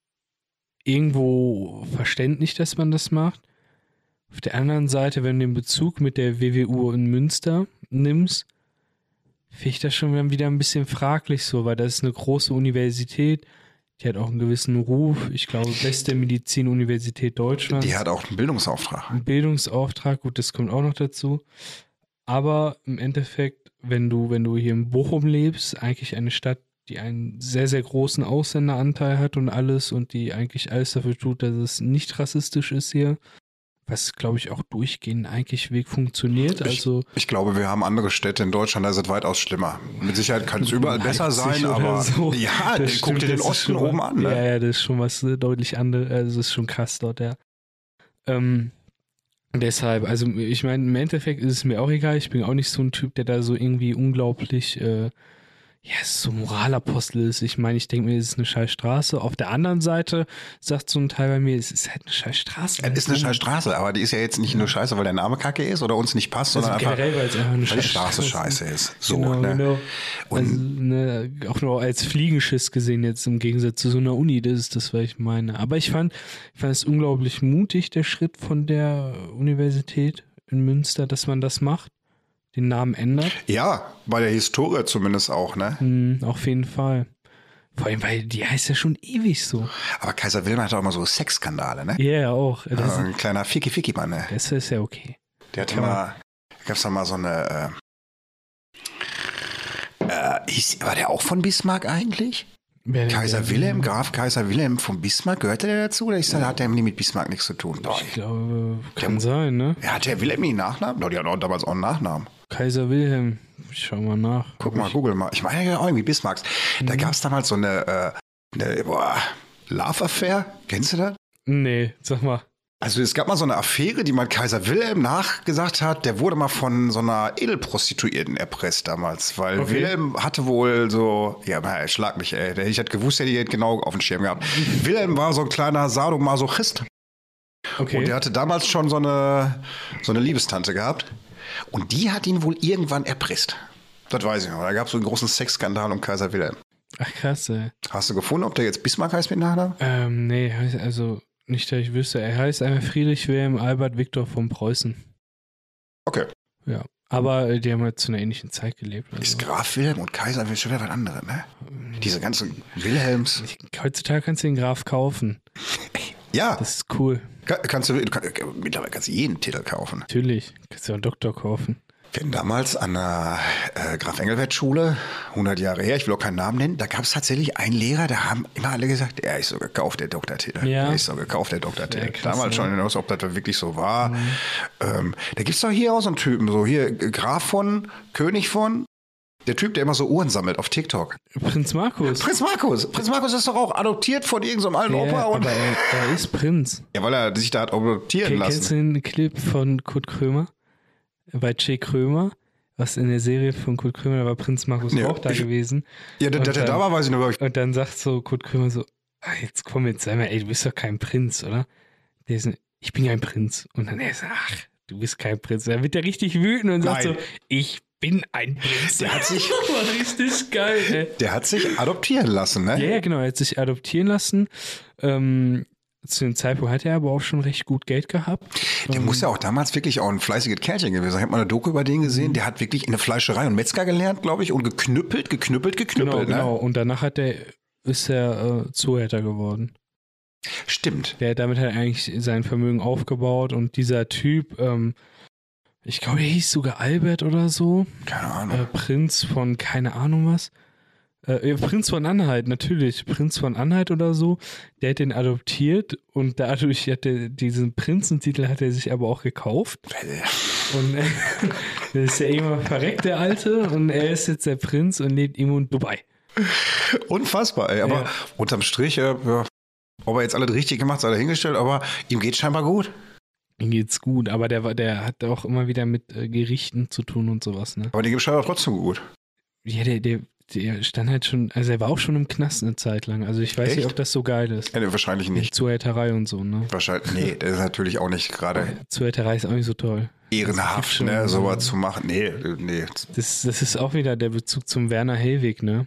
irgendwo verständlich, dass man das macht. Auf der anderen Seite, wenn du den Bezug mit der W W U in Münster nimmst, finde ich das schon wieder ein bisschen fraglich so, weil das ist eine große Universität. Die hat auch einen gewissen Ruf. Ich glaube, beste Medizinuniversität Deutschlands. Die hat auch einen Bildungsauftrag. Einen Bildungsauftrag, gut, das kommt auch noch dazu. Aber im Endeffekt, wenn du, wenn du hier in Bochum lebst, eigentlich eine Stadt, die einen sehr, sehr großen Ausländeranteil hat und alles und die eigentlich alles dafür tut, dass es nicht rassistisch ist hier. Was, glaube ich, auch durchgehend eigentlich Weg funktioniert. Also ich, ich glaube, wir haben andere Städte in Deutschland, da ist es weitaus schlimmer. Mit Sicherheit kann es überall besser sein, aber so. ja, das guck stimmt, dir den Osten oben was, an. Ne? Ja, ja, das ist schon was deutlich anderes. Also das ist schon krass dort, ja. Ähm, deshalb, also ich meine, im Endeffekt ist es mir auch egal. Ich bin auch nicht so ein Typ, der da so irgendwie unglaublich äh, ja, so Moralapostel ist. Ich meine, ich denke mir, es ist eine scheiß Straße. Auf der anderen Seite sagt so ein Teil bei mir, es ist halt eine scheiß Straße. Es ist eine scheiß Straße, aber die ist ja jetzt nicht nur scheiße, weil der Name kacke ist oder uns nicht passt, also sondern generell, einfach, weil es einfach eine weil scheiß die Straße Straße scheiße ist. So, genau, ne? genau. Und also, ne, auch nur als Fliegenschiss gesehen jetzt im Gegensatz zu so einer Uni, das ist das, was ich meine. Aber ich fand, ich fand es unglaublich mutig, der Schritt von der Universität in Münster, dass man das macht. Den Namen ändert. Ja, bei der Historie zumindest auch, ne? Mhm, auf jeden Fall. Vor allem, weil die heißt ja schon ewig so. Aber Kaiser Wilhelm hatte auch immer so Sexskandale, ne? Ja, yeah, auch. Das also ein kleiner Ficky-Ficky-Mann, ne? Das ist ja okay. Der hat immer, gab es da mal so eine, äh, äh, hieß, war der auch von Bismarck eigentlich? Wer, Kaiser wer, Wilhelm, Graf Kaiser Wilhelm von Bismarck, gehörte der dazu? Oder ich sage, hat der mit Bismarck nichts zu tun? Doch. Ich glaube, kann der, sein, ne? Ja, hat der Wilhelm nicht einen Nachnamen? Doch, die hatten damals auch einen Nachnamen. Kaiser Wilhelm, ich schau mal nach. Guck mal, ich... google mal. Ich meine ja auch irgendwie Bismarcks. Mhm. Da gab es damals so eine, äh, eine boah, Love Affair. Kennst du das? Nee, sag mal. Also es gab mal so eine Affäre, die man Kaiser Wilhelm nachgesagt hat, der wurde mal von so einer Edelprostituierten erpresst damals, weil okay. Wilhelm hatte wohl so, ja, man, schlag mich, ey, ich hätte gewusst, hätte ich genau auf dem Schirm gehabt. Wilhelm war so ein kleiner Sadomasochist. Okay. Und der hatte damals schon so eine, so eine Liebestante gehabt und die hat ihn wohl irgendwann erpresst. Das weiß ich noch, da gab es so einen großen Sexskandal um Kaiser Wilhelm. Ach krass, ey. Hast du gefunden, ob der jetzt Bismarck heißt mit Nachnamen? Ähm, nee, also... Nicht, dass ich wüsste. Er heißt einfach Friedrich Wilhelm Albert Viktor von Preußen. Okay. Ja. Aber die haben halt zu einer ähnlichen Zeit gelebt. Also. Ist Graf Wilhelm und Kaiser Wilhelm schon wieder was anderes, ne? Diese ganzen Wilhelms. Heutzutage kannst du den Graf kaufen. Ja. Das ist cool. Kann, kannst du, du kann, mittlerweile kannst du jeden Titel kaufen. Natürlich. Kannst du auch einen Doktor kaufen. Wir hatten damals an der äh, Graf-Engelbert-Schule, hundert Jahre her, ich will auch keinen Namen nennen, da gab es tatsächlich einen Lehrer, da haben immer alle gesagt, er ist so gekauft, der Doktortitel. Ja. Er ist so gekauft, der Doktortitel. Ja, krass, damals ja. schon, ob das wirklich so war. Mhm. Ähm, da gibt es doch hier auch so einen Typen, so hier Graf von, König von, der Typ, der immer so Uhren sammelt auf TikTok. Prinz Markus. Prinz Markus. Prinz Markus ist doch auch adoptiert von irgendeinem so alten ja, Opa. Und aber er, er ist Prinz. Ja, weil er sich da hat adoptieren okay, lassen. Kennst du den Clip von Kurt Krömer? Bei Che Krömer? Was in der Serie von Kurt Krömer, da war Prinz Markus ja, auch da ich, gewesen. Ja, dass er da war, weiß ich noch. Und dann sagt so Kurt Krömer so, ah, jetzt komm, jetzt sei mal, ey, du bist doch kein Prinz, oder? Der ist, ich bin kein Prinz. Und dann er sagt, ach, du bist kein Prinz. Da wird er richtig wütend und sagt Nein. so, ich bin ein Prinz. Der hat sich, war richtig geil, ey. Der hat sich adoptieren lassen, ne? Ja, genau, er hat sich adoptieren lassen. Ähm, Zu dem Zeitpunkt hat er aber auch schon recht gut Geld gehabt. Der ähm, muss ja auch damals wirklich auch ein fleißiges Kerlchen gewesen sein. Ich habe mal eine Doku über den gesehen. Der hat wirklich in der Fleischerei und Metzger gelernt, glaube ich, und geknüppelt, geknüppelt, geknüppelt. Genau, ne? genau. Und danach hat er, ist er äh, Zuhälter geworden. Stimmt. Der, damit hat er eigentlich sein Vermögen aufgebaut. Und dieser Typ, ähm, ich glaube, er hieß sogar Albert oder so. Keine Ahnung. Äh, Prinz von keine Ahnung was. Äh, Prinz von Anhalt, natürlich. Prinz von Anhalt oder so. Der hat den adoptiert und dadurch hat er diesen Prinzentitel hat er sich aber auch gekauft. Und äh, der ist ja irgendwann verreckt, der Alte. Und er ist jetzt der Prinz und lebt irgendwo in Dubai. Unfassbar, ey. Aber Ja. unterm Strich, äh, ja, ob er jetzt alles richtig gemacht, sei dahingestellt, aber ihm geht scheinbar gut. Ihm geht's gut, aber der, war- der hat auch immer wieder mit äh, Gerichten zu tun und sowas, ne? Aber dem geht scheinbar trotzdem gut. Ja, der, der, der stand halt schon, also er war auch schon im Knast eine Zeit lang. Also ich weiß Echt? nicht, ob das so geil ist. Ja, nee, wahrscheinlich nicht. Zuhälterei und so, ne? Wahrscheinlich, nee, das ist natürlich auch nicht gerade Zuhälterei ist auch nicht so toll. ehrenhaft, schon, ne, sowas ja. zu machen. Nee, nee. Das, das ist auch wieder der Bezug zum Werner Hellwig, ne?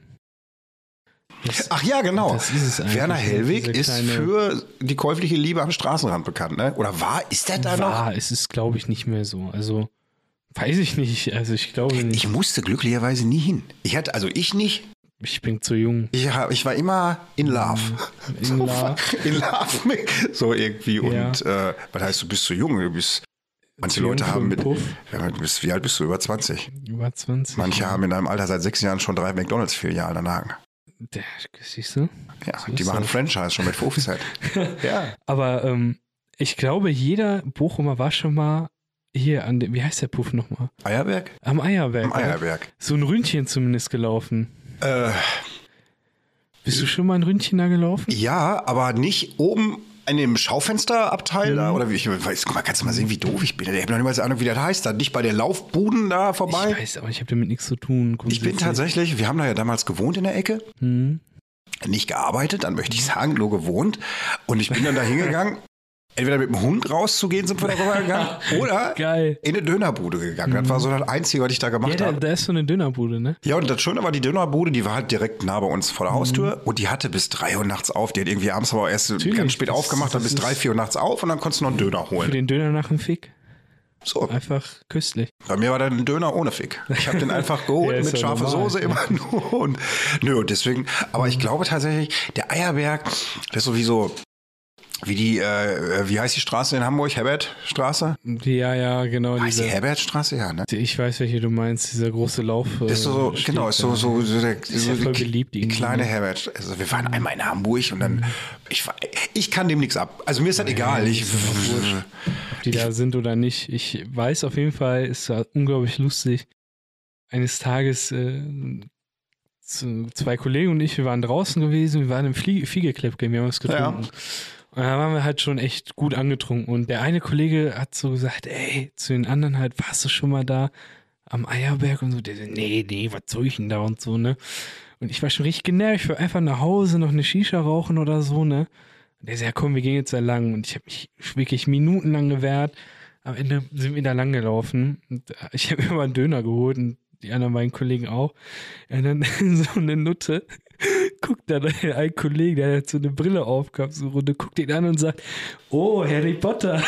Das, Ach ja, genau. Das ist es eigentlich, Werner ne? Hellwig Diese ist kleine- für die käufliche Liebe am Straßenrand bekannt, ne? Oder war, ist der da noch? war, es ist, glaube ich, nicht mehr so. Also, weiß ich nicht. Also, ich glaube nicht. Ich musste glücklicherweise nie hin. Ich hatte, also ich nicht. Ich bin zu jung. Ich, hab, ich war immer in Love. In Love. In Love. mit- So irgendwie. Ja. Und äh, was heißt, du bist zu jung? Du bist, manche Zu jung Leute für haben einen mit. Puff. Ja, du bist, wie alt bist du? Über zwanzig. Über zwanzig. Manche haben in deinem Alter seit sechs Jahren schon drei McDonalds-Filialen an Hagen. Der, siehst du? Ja, So die ist machen das. Franchise schon mit Profis halt. Ja. Aber ähm, ich glaube, jeder Bochumer war schon mal hier an dem, wie heißt der Puff nochmal? Eierberg? Am Eierberg. Am ne? Eierberg. So ein Ründchen zumindest gelaufen. Äh, Bist du schon mal ein Ründchen da gelaufen? ja, aber nicht oben in dem Schaufensterabteil Mhm. da. Oder wie ich weiß, guck mal, kannst du mal sehen, wie doof ich bin. Ich habe noch niemals Ahnung, wie das heißt. Da nicht bei der Laufbuden da vorbei. Ich weiß, aber ich habe damit nichts zu tun. Ich bin tatsächlich, wir haben da ja damals gewohnt in der Ecke. Hm. Nicht gearbeitet, dann möchte ich sagen, nur gewohnt. Und ich bin dann da hingegangen, entweder mit dem Hund rauszugehen, sind wir darüber gegangen, oder Geil. in eine Dönerbude gegangen. Das war so das Einzige, was ich da Ja, gemacht da, habe. da ist so eine Dönerbude, ne? Ja, und das Schöne war, die Dönerbude, die war halt direkt nah bei uns vor der Haustür und die hatte bis drei Uhr nachts auf. Die hat irgendwie abends aber erst Natürlich, ganz spät das- aufgemacht, dann das bis drei, ist- vier Uhr nachts auf und dann konntest du noch einen Döner Für holen. den Döner nach dem Fick. So, Einfach köstlich. bei mir war dann ein Döner ohne Fick. Ich habe den einfach Ja, geholt ist mit ja scharfer normal. Soße immer nur. Und, nö, und deswegen, aber ich glaube tatsächlich, der Eierberg, das ist sowieso wie die, äh, wie heißt die Straße in Hamburg? Herbertstraße? Ja, ja, genau. Heißt die Diese, Herbertstraße? Ja, ne? ich weiß, welche du meinst, dieser große Lauf. äh, Das ist so, Steg genau, ist da. so, so, so, der, Ist so ja voll die, beliebt die irgendwie, kleine ne? Herbert. Also wir waren einmal in Hamburg und dann, ich, war- ich kann dem nichts ab. Also mir ist das egal. Ich, ist auch wurscht. Ob die da sind oder nicht. Ich weiß auf jeden Fall, es war unglaublich lustig. Eines Tages äh, zu, zwei Kollegen und ich, wir waren draußen gewesen, wir waren im Flie- Fiege-Club Game, wir haben was getrunken. Und da waren wir halt schon echt gut angetrunken. Und der eine Kollege hat so gesagt, ey, zu den anderen halt, warst du schon mal da am Eierberg und so? Der so, nee, nee, was soll ich denn da und so, ne? Und ich war schon richtig genervt, ich will einfach nach Hause noch eine Shisha rauchen oder so, ne? Und der so, ja komm, wir gehen jetzt da lang. Und ich habe mich wirklich minutenlang gewehrt. Am Ende sind wir da lang gelaufen. Und ich habe mir mal einen Döner geholt und die anderen beiden Kollegen auch. Und dann so eine Nutte guckt dann ein Kollege, der hat so eine Brille aufgehabt, so Runde, guckt ihn an und sagt, oh, Harry Potter.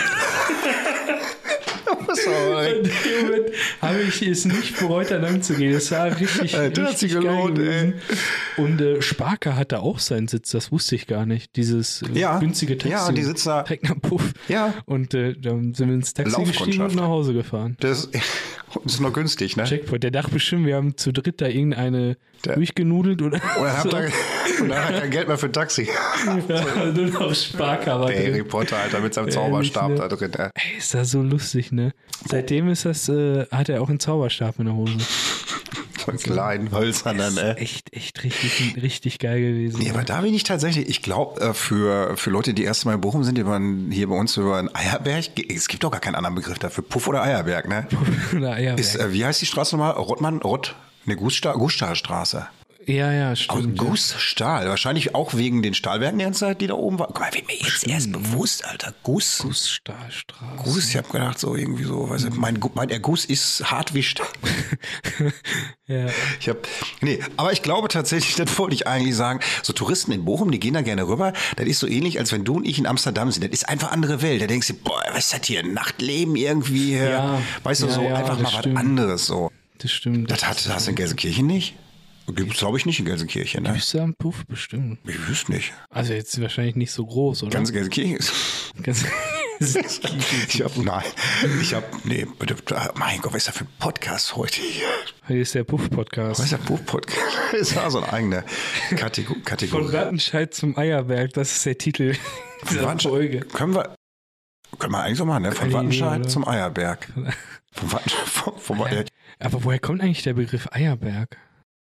was war In dem Moment habe ich es nicht bereut, da lang zu gehen. Das war richtig, Äh, das hat sich richtig geil gelohnt, gewesen. Und äh, Sparker hatte auch seinen Sitz, das wusste ich gar nicht. Dieses äh, Ja, günstige Taxi. ja, die sitzt da. Direkt nach Puff. Ja. Und äh, dann sind wir ins Taxi gestiegen und Laufkundschaft. nach Hause gefahren. Das ist noch günstig, ne? Checkpoint. Der dachte bestimmt, wir haben zu dritt da irgendeine Der- durchgenudelt oder Und dann, so. habt ihr, und dann hat er kein Geld mehr für ein Taxi. Ja, nur noch Sparker war Der Harry drin. Potter, Alter, mit seinem Ehrlich, Zauberstab ne? da drin. Ey. Ey, ist das so lustig, ne? Seitdem ist das, äh, hat er auch einen Zauberstab in der Hose. So einen kleinen hölzernen, Das ey. ist echt, echt richtig, richtig geil gewesen. Nee, aber da bin ich tatsächlich, ich glaube, äh, für, für Leute, die erst mal in Bochum sind, die waren hier bei uns über einen Eierberg, es gibt doch gar keinen anderen Begriff dafür, Puff oder Eierberg, ne? Oder Eierberg. Ist, äh, wie heißt die Straße nochmal? Rottmann, Rott, ne, Gustahl, Gustahlstraße. ja, ja, stimmt. Guss Stahl, wahrscheinlich auch wegen den Stahlwerken die ganze Zeit, die da oben waren. Guck mal, wird mir jetzt erst bewusst, Alter, Guss. Gussstahlstraße. Guss, ich habe gedacht, so irgendwie so, weiß ich, mein, Gu- mein Erguss ist hart wie Stahl. Ja. Ich hab, nee, aber ich glaube tatsächlich, das wollte ich eigentlich sagen, so Touristen in Bochum, die gehen da gerne rüber, das ist so ähnlich, als wenn du und ich in Amsterdam sind. Das ist einfach andere Welt. Da denkst du, boah, was ist das hier, Nachtleben irgendwie, Ja, weißt du, ja, so ja, einfach das mal was stimmt. anderes, so. Das stimmt. Das hat, hast du in Gelsenkirchen nicht? Gibt's, glaube ich, nicht in Gelsenkirchen, ne? Bist du am Puff? Bestimmt. Ich wüsste nicht. Also jetzt wahrscheinlich nicht so groß, oder? Ganz Gelsenkirchen ist. Ganz Ich hab, nein, ich hab, nee, bitte, mein Gott, was ist das für ein Podcast heute hier? Hier ist der Puff-Podcast. Was ist der Puff-Podcast? Das ist ja so eine eigene Kategor- Kategorie. Von Wattenscheid zum Eierberg, das ist der Titel dieser Folge. Können wir, können wir eigentlich so machen, ne? Von Keine Wattenscheid Idee, zum Eierberg. Von Wattenscheid, von, von, Ja. Aber woher kommt eigentlich der Begriff Eierberg?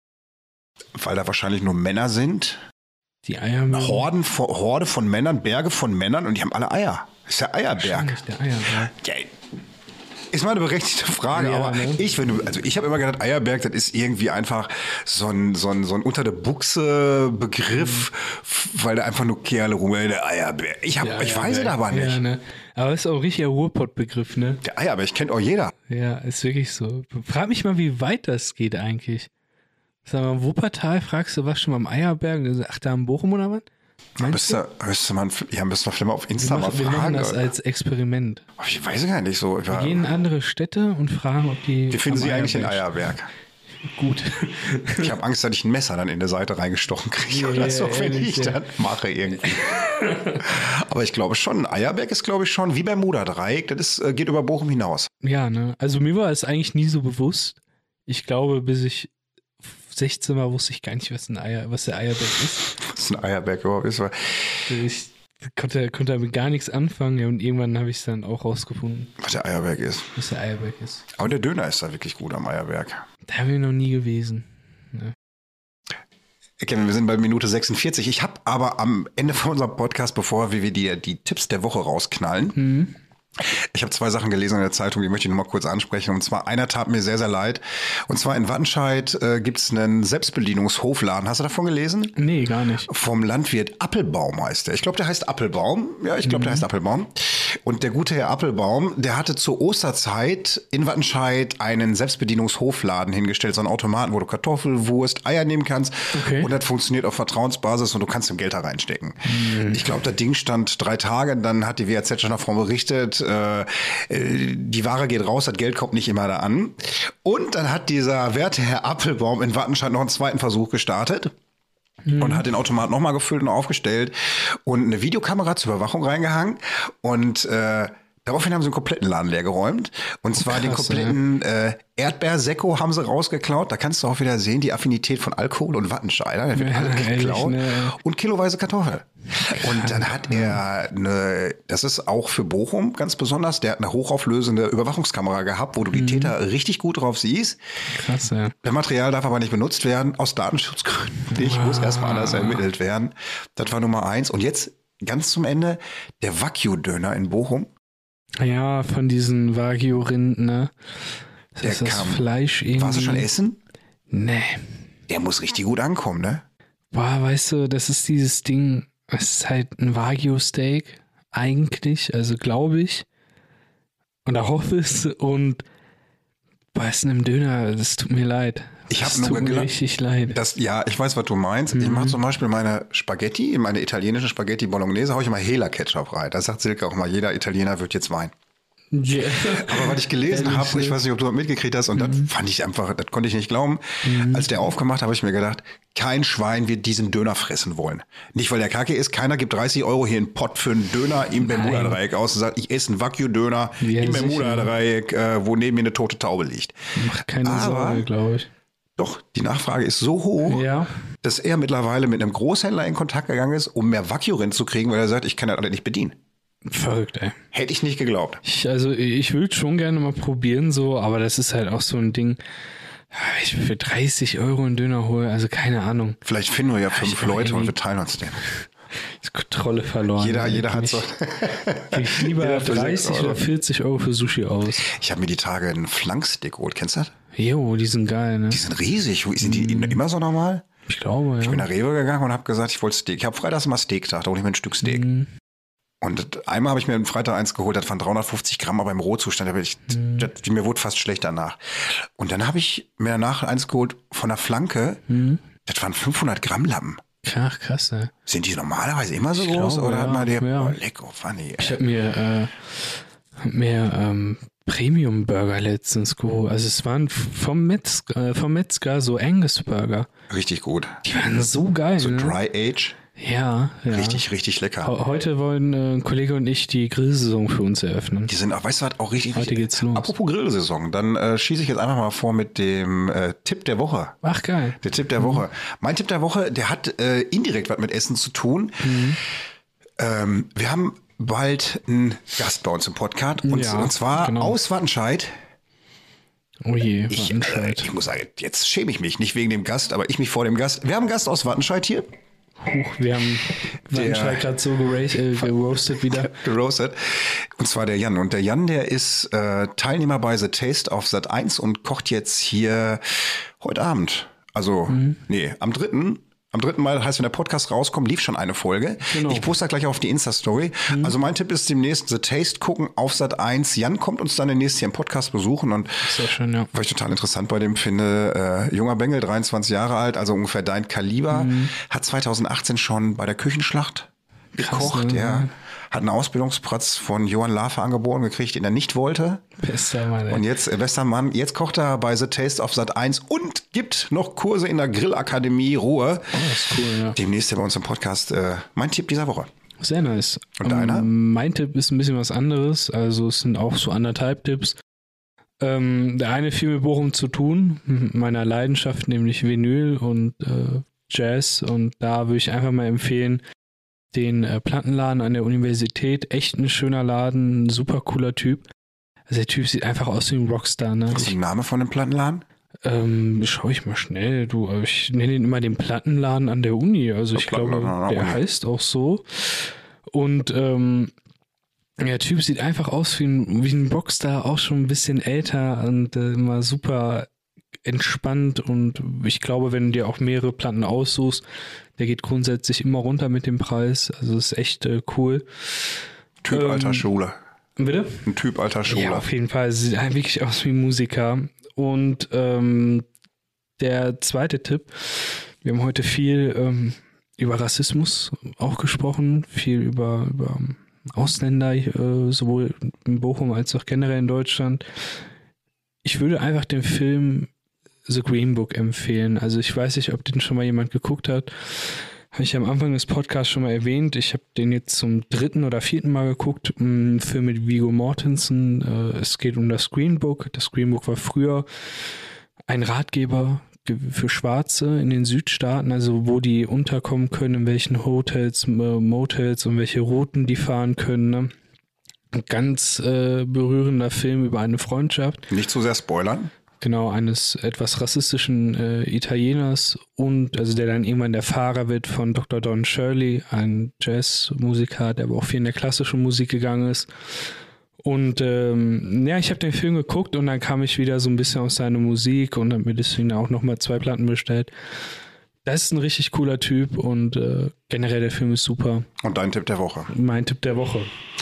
Weil da wahrscheinlich nur Männer sind. Die Eier mögen- Horden von, Horde von Männern, Berge von Männern und die haben alle Eier. Das ist der Eierberg. Wahrscheinlich der Eierberg. Ja, ist mal eine berechtigte Frage, Ja, aber ne? ich, wenn du, also ich habe immer gedacht, Eierberg, das ist irgendwie einfach so ein, so ein, so ein unter der Buchse Begriff, mhm. weil da einfach nur Kerle rumrennen, der Eierberg. Ich, hab, Der ich weiß es Eierberg. aber nicht. Ja, ne? Aber das ist auch ein richtiger Ruhrpott-Begriff, ne? Der Eierberg, ich kennt auch jeder. Ja, ist wirklich so. Frag mich mal, wie weit das geht eigentlich. Sag mal, Wuppertal, fragst du, was schon mal am Eierberg? Ach, da am Bochum oder was? Meinst Müsste, müsste man, ja, müsste man vielleicht mal auf Insta Wir mal machen, wir machen fragen. das oder? als Experiment. Ich weiß gar nicht so. Wir gehen in andere Städte und fragen, ob die. Wie finden am Sie eigentlich den Eierberg- Eierberg? Gut. Ich habe Angst, dass ich ein Messer dann in der Seite reingestochen kriege Ja, oder so, ja, wenn ehrlich, ich ja. das mache irgendwie. Aber ich glaube schon, Eierberg ist glaube ich schon wie beim Muderdreieck, das ist, äh, geht über Bochum hinaus. Ja, ne? Also mir war es eigentlich nie so bewusst. Ich glaube, bis ich sechzehn war, wusste ich gar nicht, was, ein Eier, was der Eierberg ist. Was ein Eierberg überhaupt ist. Weil Ich konnte, konnte damit gar nichts anfangen, ja, und irgendwann habe ich es dann auch rausgefunden, was der Eierberg ist. was der Eierberg ist. Aber der Döner ist da wirklich gut am Eierberg. Da haben wir noch nie gewesen. Ne? Kevin, wir sind bei Minute sechsundvierzig. Ich habe aber am Ende von unserem Podcast, bevor wir die, die Tipps der Woche rausknallen, Mhm. ich habe zwei Sachen gelesen in der Zeitung, die möchte ich noch mal kurz ansprechen. Und zwar, einer tat mir sehr, sehr leid. Und zwar in Wattenscheid äh, gibt es einen Selbstbedienungshofladen. Hast du davon gelesen? Nee, gar nicht. Vom Landwirt Appelbaum heißt der. Ich glaube, der heißt Appelbaum. Ja, ich glaube, der heißt Appelbaum. Und der gute Herr Appelbaum, der hatte zur Osterzeit in Wattenscheid einen Selbstbedienungshofladen hingestellt, so einen Automaten, wo du Kartoffel, Wurst, Eier nehmen kannst. Okay. Und das funktioniert auf Vertrauensbasis und du kannst dem Geld da reinstecken. Ich glaube, das Ding stand drei Tage, dann hat die W A Z schon davon berichtet, äh, die Ware geht raus, das Geld kommt nicht immer da an. Und dann hat dieser werte Herr Appelbaum in Wattenscheid noch einen zweiten Versuch gestartet. Und hat den Automat nochmal gefüllt und aufgestellt und eine Videokamera zur Überwachung reingehangen. Und äh, daraufhin haben sie den kompletten Laden leer geräumt. Und zwar Krass, den kompletten äh, Erdbeersekko haben sie rausgeklaut. Da kannst du auch wieder sehen, die Affinität von Alkohol und Wattenscheider. Da wird Ja, alles ehrlich, geklaut. ne? Und kiloweise Kartoffel. Und dann hat er eine, das ist auch für Bochum ganz besonders, der hat eine hochauflösende Überwachungskamera gehabt, wo du die Täter richtig gut drauf siehst. Krass, ja. Das Material darf aber nicht benutzt werden, aus Datenschutzgründen nicht, muss erstmal anders ermittelt werden. Das war Nummer eins. Und jetzt ganz zum Ende, der Wagyu-Döner in Bochum. Ja, von diesen Wagyu-Rinden, ne? Das Der ist das kam- Fleisch irgendwie. Warst du schon essen? Nee. Der muss richtig gut ankommen, ne? Boah, weißt du, das ist dieses Ding, es ist halt ein Wagyu-Steak, eigentlich, also glaube ich. Und da hoffe ich und boah, es ist ein Döner, das tut mir leid. Ich hab Das nur tut mir geglaubt- richtig leid. Das, ja, ich weiß, was du meinst. Ich mache zum Beispiel meine Spaghetti, meine italienische Spaghetti Bolognese, hau ich immer Hela-Ketchup rein. Da sagt Silke auch mal, jeder Italiener wird jetzt weinen. Yeah. Aber was ich gelesen Ehrlich, habe, ich weiß nicht, ob du das mitgekriegt hast, und das fand ich einfach, das konnte ich nicht glauben. Als der aufgemacht habe, habe ich mir gedacht, kein Schwein wird diesen Döner fressen wollen. Nicht, weil der kacke ist, keiner gibt dreißig Euro hier einen Pott für einen Döner im Bermuda-Dreieck aus und sagt, ich esse einen Wagyu-Döner Ja, im sicher. Bermuda-Dreieck, äh, wo neben mir eine tote Taube liegt. Macht keine Aber- Sorge, glaube ich. Doch, die Nachfrage ist so hoch, Ja. dass er mittlerweile mit einem Großhändler in Kontakt gegangen ist, um mehr Wagyu-Rind zu kriegen, weil er sagt, ich kann das alle nicht bedienen. Verrückt, ey. Hätte ich nicht geglaubt. Ich, also ich würde schon gerne mal probieren, so, aber das ist halt auch so ein Ding. Ich für dreißig Euro einen Döner hole, also keine Ahnung. Vielleicht finden wir ja fünf ich bin Leute und irgendwie- wir teilen uns den. Ist Kontrolle verloren. Jeder, jeder hat Gib so. ich- gib ich lieber Jeder für sechs dreißig Euro. oder vierzig Euro für Sushi aus. Ich habe mir die Tage einen Flankstick geholt. Kennst du das? Jo, die sind geil, ne? Die sind riesig. Wo- Sind die immer so normal? Ich glaube, ja. Ich bin nach Rewe gegangen und habe gesagt, ich wollte Steak. Ich habe freitags immer Steak-Tag, da hole ich mir ein Stück Steak. Mhm. Und das- einmal habe ich mir am Freitag eins geholt, das waren dreihundertfünfzig Gramm, aber im Rohzustand, da bin ich, Mhm. das, mir wurde fast schlecht danach. Und dann habe ich mir danach eins geholt von der Flanke, Mhm. das waren fünfhundert Gramm Lappen. Ach, krass, ne? Sind die normalerweise immer so Ich groß? glaube, oder hat ja, man der, ja. oh, lecker, funny. Ich habe mir, äh, hab mir ähm, Premium-Burger letztens geholt. Also es waren vom Metzger, äh, vom Metzger so Angus-Burger. Richtig gut. Die waren so geil, So ne? Dry Age. Ja, ja. Richtig, richtig lecker. Ho- Heute wollen äh, ein Kollege und ich die Grillsaison für uns eröffnen. Die sind auch, weißt du was, auch richtig, Heute richtig. geht's los. Apropos Grillsaison, dann äh, schieße ich jetzt einfach mal vor mit dem äh, Tipp der Woche. Ach, geil. Der Tipp der Woche. Mein Tipp der Woche, der hat äh, indirekt was mit Essen zu tun. Mhm. Ähm, wir haben bald einen Gast bei uns im Podcast. Und, Ja, und zwar genau. aus Wattenscheid. Oh je, Ich, äh, Wattenscheid. ich muss sagen, jetzt schäme ich mich. Nicht wegen dem Gast, aber ich mich vor dem Gast. Wir haben einen Gast aus Wattenscheid hier. Huch, wir haben Wattenscheid gerade so gera- äh, geroastet wieder. Geroastet. Und zwar der Jan. Und der Jan, der ist äh, Teilnehmer bei The Taste auf Sat eins und kocht jetzt hier heute Abend. Also, Mhm. nee, am dritten Am dritten Mal, heißt, wenn der Podcast rauskommt, lief schon eine Folge. Genau. Ich poste da gleich auf die Insta-Story. Mhm. Also mein Tipp ist demnächst The Taste gucken auf Sat eins. Jan kommt uns dann demnächst hier im Podcast besuchen. Und Sehr schön, ja. was ich total interessant bei dem finde, äh, junger Bengel, dreiundzwanzig Jahre alt, also ungefähr dein Kaliber, Mhm. hat zweitausendachtzehn schon bei der Küchenschlacht gekocht. ne? Ja. Hat einen Ausbildungsplatz von Johann Lafer angeboten gekriegt, den er nicht wollte. Bester Mann, ey. Und jetzt, äh, bester Mann, jetzt kocht er bei The Taste auf Sat eins und gibt noch Kurse in der Grillakademie Ruhr. Oh, das ist cool, ja. Demnächst ja bei uns im Podcast äh, mein Tipp dieser Woche. Sehr nice. Und deiner? Ähm, mein Tipp ist ein bisschen was anderes. Also es sind auch so anderthalb Tipps. Ähm, der eine viel mit Bochum zu tun, mit meiner Leidenschaft, nämlich Vinyl und äh, Jazz. Und da würde ich einfach mal empfehlen, den äh, Plattenladen an der Universität. Echt ein schöner Laden, ein super cooler Typ. Also der Typ sieht einfach aus wie ein Rockstar. Ne? Was ist Ich, der Name von dem Plattenladen? ähm, schau ich mal schnell. Du, aber ich nenne ihn immer den Plattenladen an der Uni. Also ich glaube, Plattenladen an der der Uni. heißt auch so. Und ähm, der Typ sieht einfach aus wie ein, wie ein Rockstar, auch schon ein bisschen älter und äh, immer super entspannt. Und ich glaube, wenn du dir auch mehrere Platten aussuchst, der geht grundsätzlich immer runter mit dem Preis. Also ist echt äh, cool. Typ Ähm, alter Schule. Bitte? Ein Typ alter Schule. Ja, auf jeden Fall. Sieht halt wirklich aus wie ein Musiker. Und ähm, der zweite Tipp, wir haben heute viel ähm, über Rassismus auch gesprochen, viel über, über Ausländer, äh, sowohl in Bochum als auch generell in Deutschland. Ich würde einfach den Film The Green Book empfehlen. Also ich weiß nicht, ob den schon mal jemand geguckt hat. Habe ich am Anfang des Podcasts schon mal erwähnt. Ich habe den jetzt zum dritten oder vierten Mal geguckt. Ein Film mit Viggo Mortensen. Äh, es geht um das Green Book. Das Green Book war früher ein Ratgeber ge- für Schwarze in den Südstaaten, also wo die unterkommen können, in welchen Hotels, äh, Motels und welche Routen die fahren können. Ne? Ein ganz äh, berührender Film über eine Freundschaft. Nicht zu sehr spoilern. Genau, eines etwas rassistischen äh, Italieners und also der dann irgendwann der Fahrer wird von Doktor Don Shirley, ein Jazzmusiker, der aber auch viel in der klassischen Musik gegangen ist. Und ähm, ja, ich habe den Film geguckt und dann kam ich wieder so ein bisschen aus seiner Musik und habe mir deswegen auch nochmal zwei Platten bestellt. Das ist ein richtig cooler Typ und äh, generell der Film ist super. Und dein Tipp der Woche. Mein Tipp der Woche.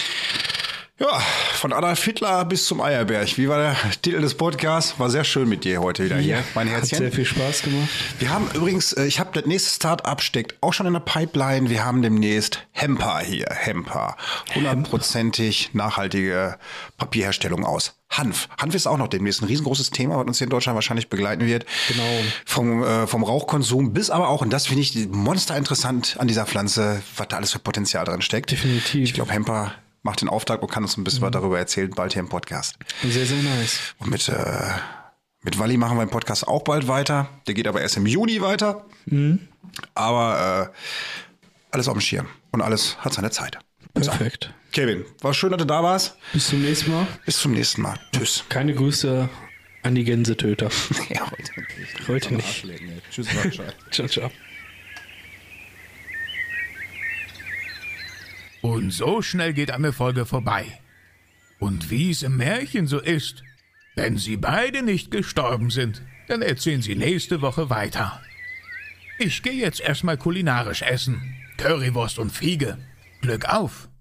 Ja, von Adolf Hitler bis zum Eierberg. Wie war der Titel des Podcasts? War sehr schön mit dir heute wieder hier, mein Hat Herzchen. sehr viel Spaß gemacht. Wir haben übrigens, äh, ich habe das nächste Start-up steckt auch schon in der Pipeline. Wir haben demnächst Hemper hier. Hemper. Hundertprozentig nachhaltige Papierherstellung aus Hanf. Hanf ist auch noch demnächst ein riesengroßes Thema, was uns hier in Deutschland wahrscheinlich begleiten wird. Genau. Vom, äh, vom Rauchkonsum bis aber auch, und das finde ich monster interessant an dieser Pflanze, was da alles für Potenzial drin steckt. Definitiv. Ich glaube, Hemper macht den Auftrag und kann uns ein bisschen was darüber erzählen, bald hier im Podcast. Sehr, sehr nice. Und mit, äh, mit Walli machen wir den Podcast auch bald weiter. Der geht aber erst im Juni weiter. Mhm. Aber äh, alles auf dem Schirm. Und alles hat seine Zeit. Perfekt. So. Kevin, war schön, dass du da warst. Bis zum nächsten Mal. Bis zum nächsten Mal. Tschüss. Keine Grüße an die Gänsetöter. Ja, heute nicht. Heute nicht. Tschüss, Wattenscheid. Ciao, ciao. Und so schnell geht eine Folge vorbei. Und wie es im Märchen so ist, wenn sie beide nicht gestorben sind, dann erzählen sie nächste Woche weiter. Ich gehe jetzt erstmal kulinarisch essen. Currywurst und Fiege. Glück auf!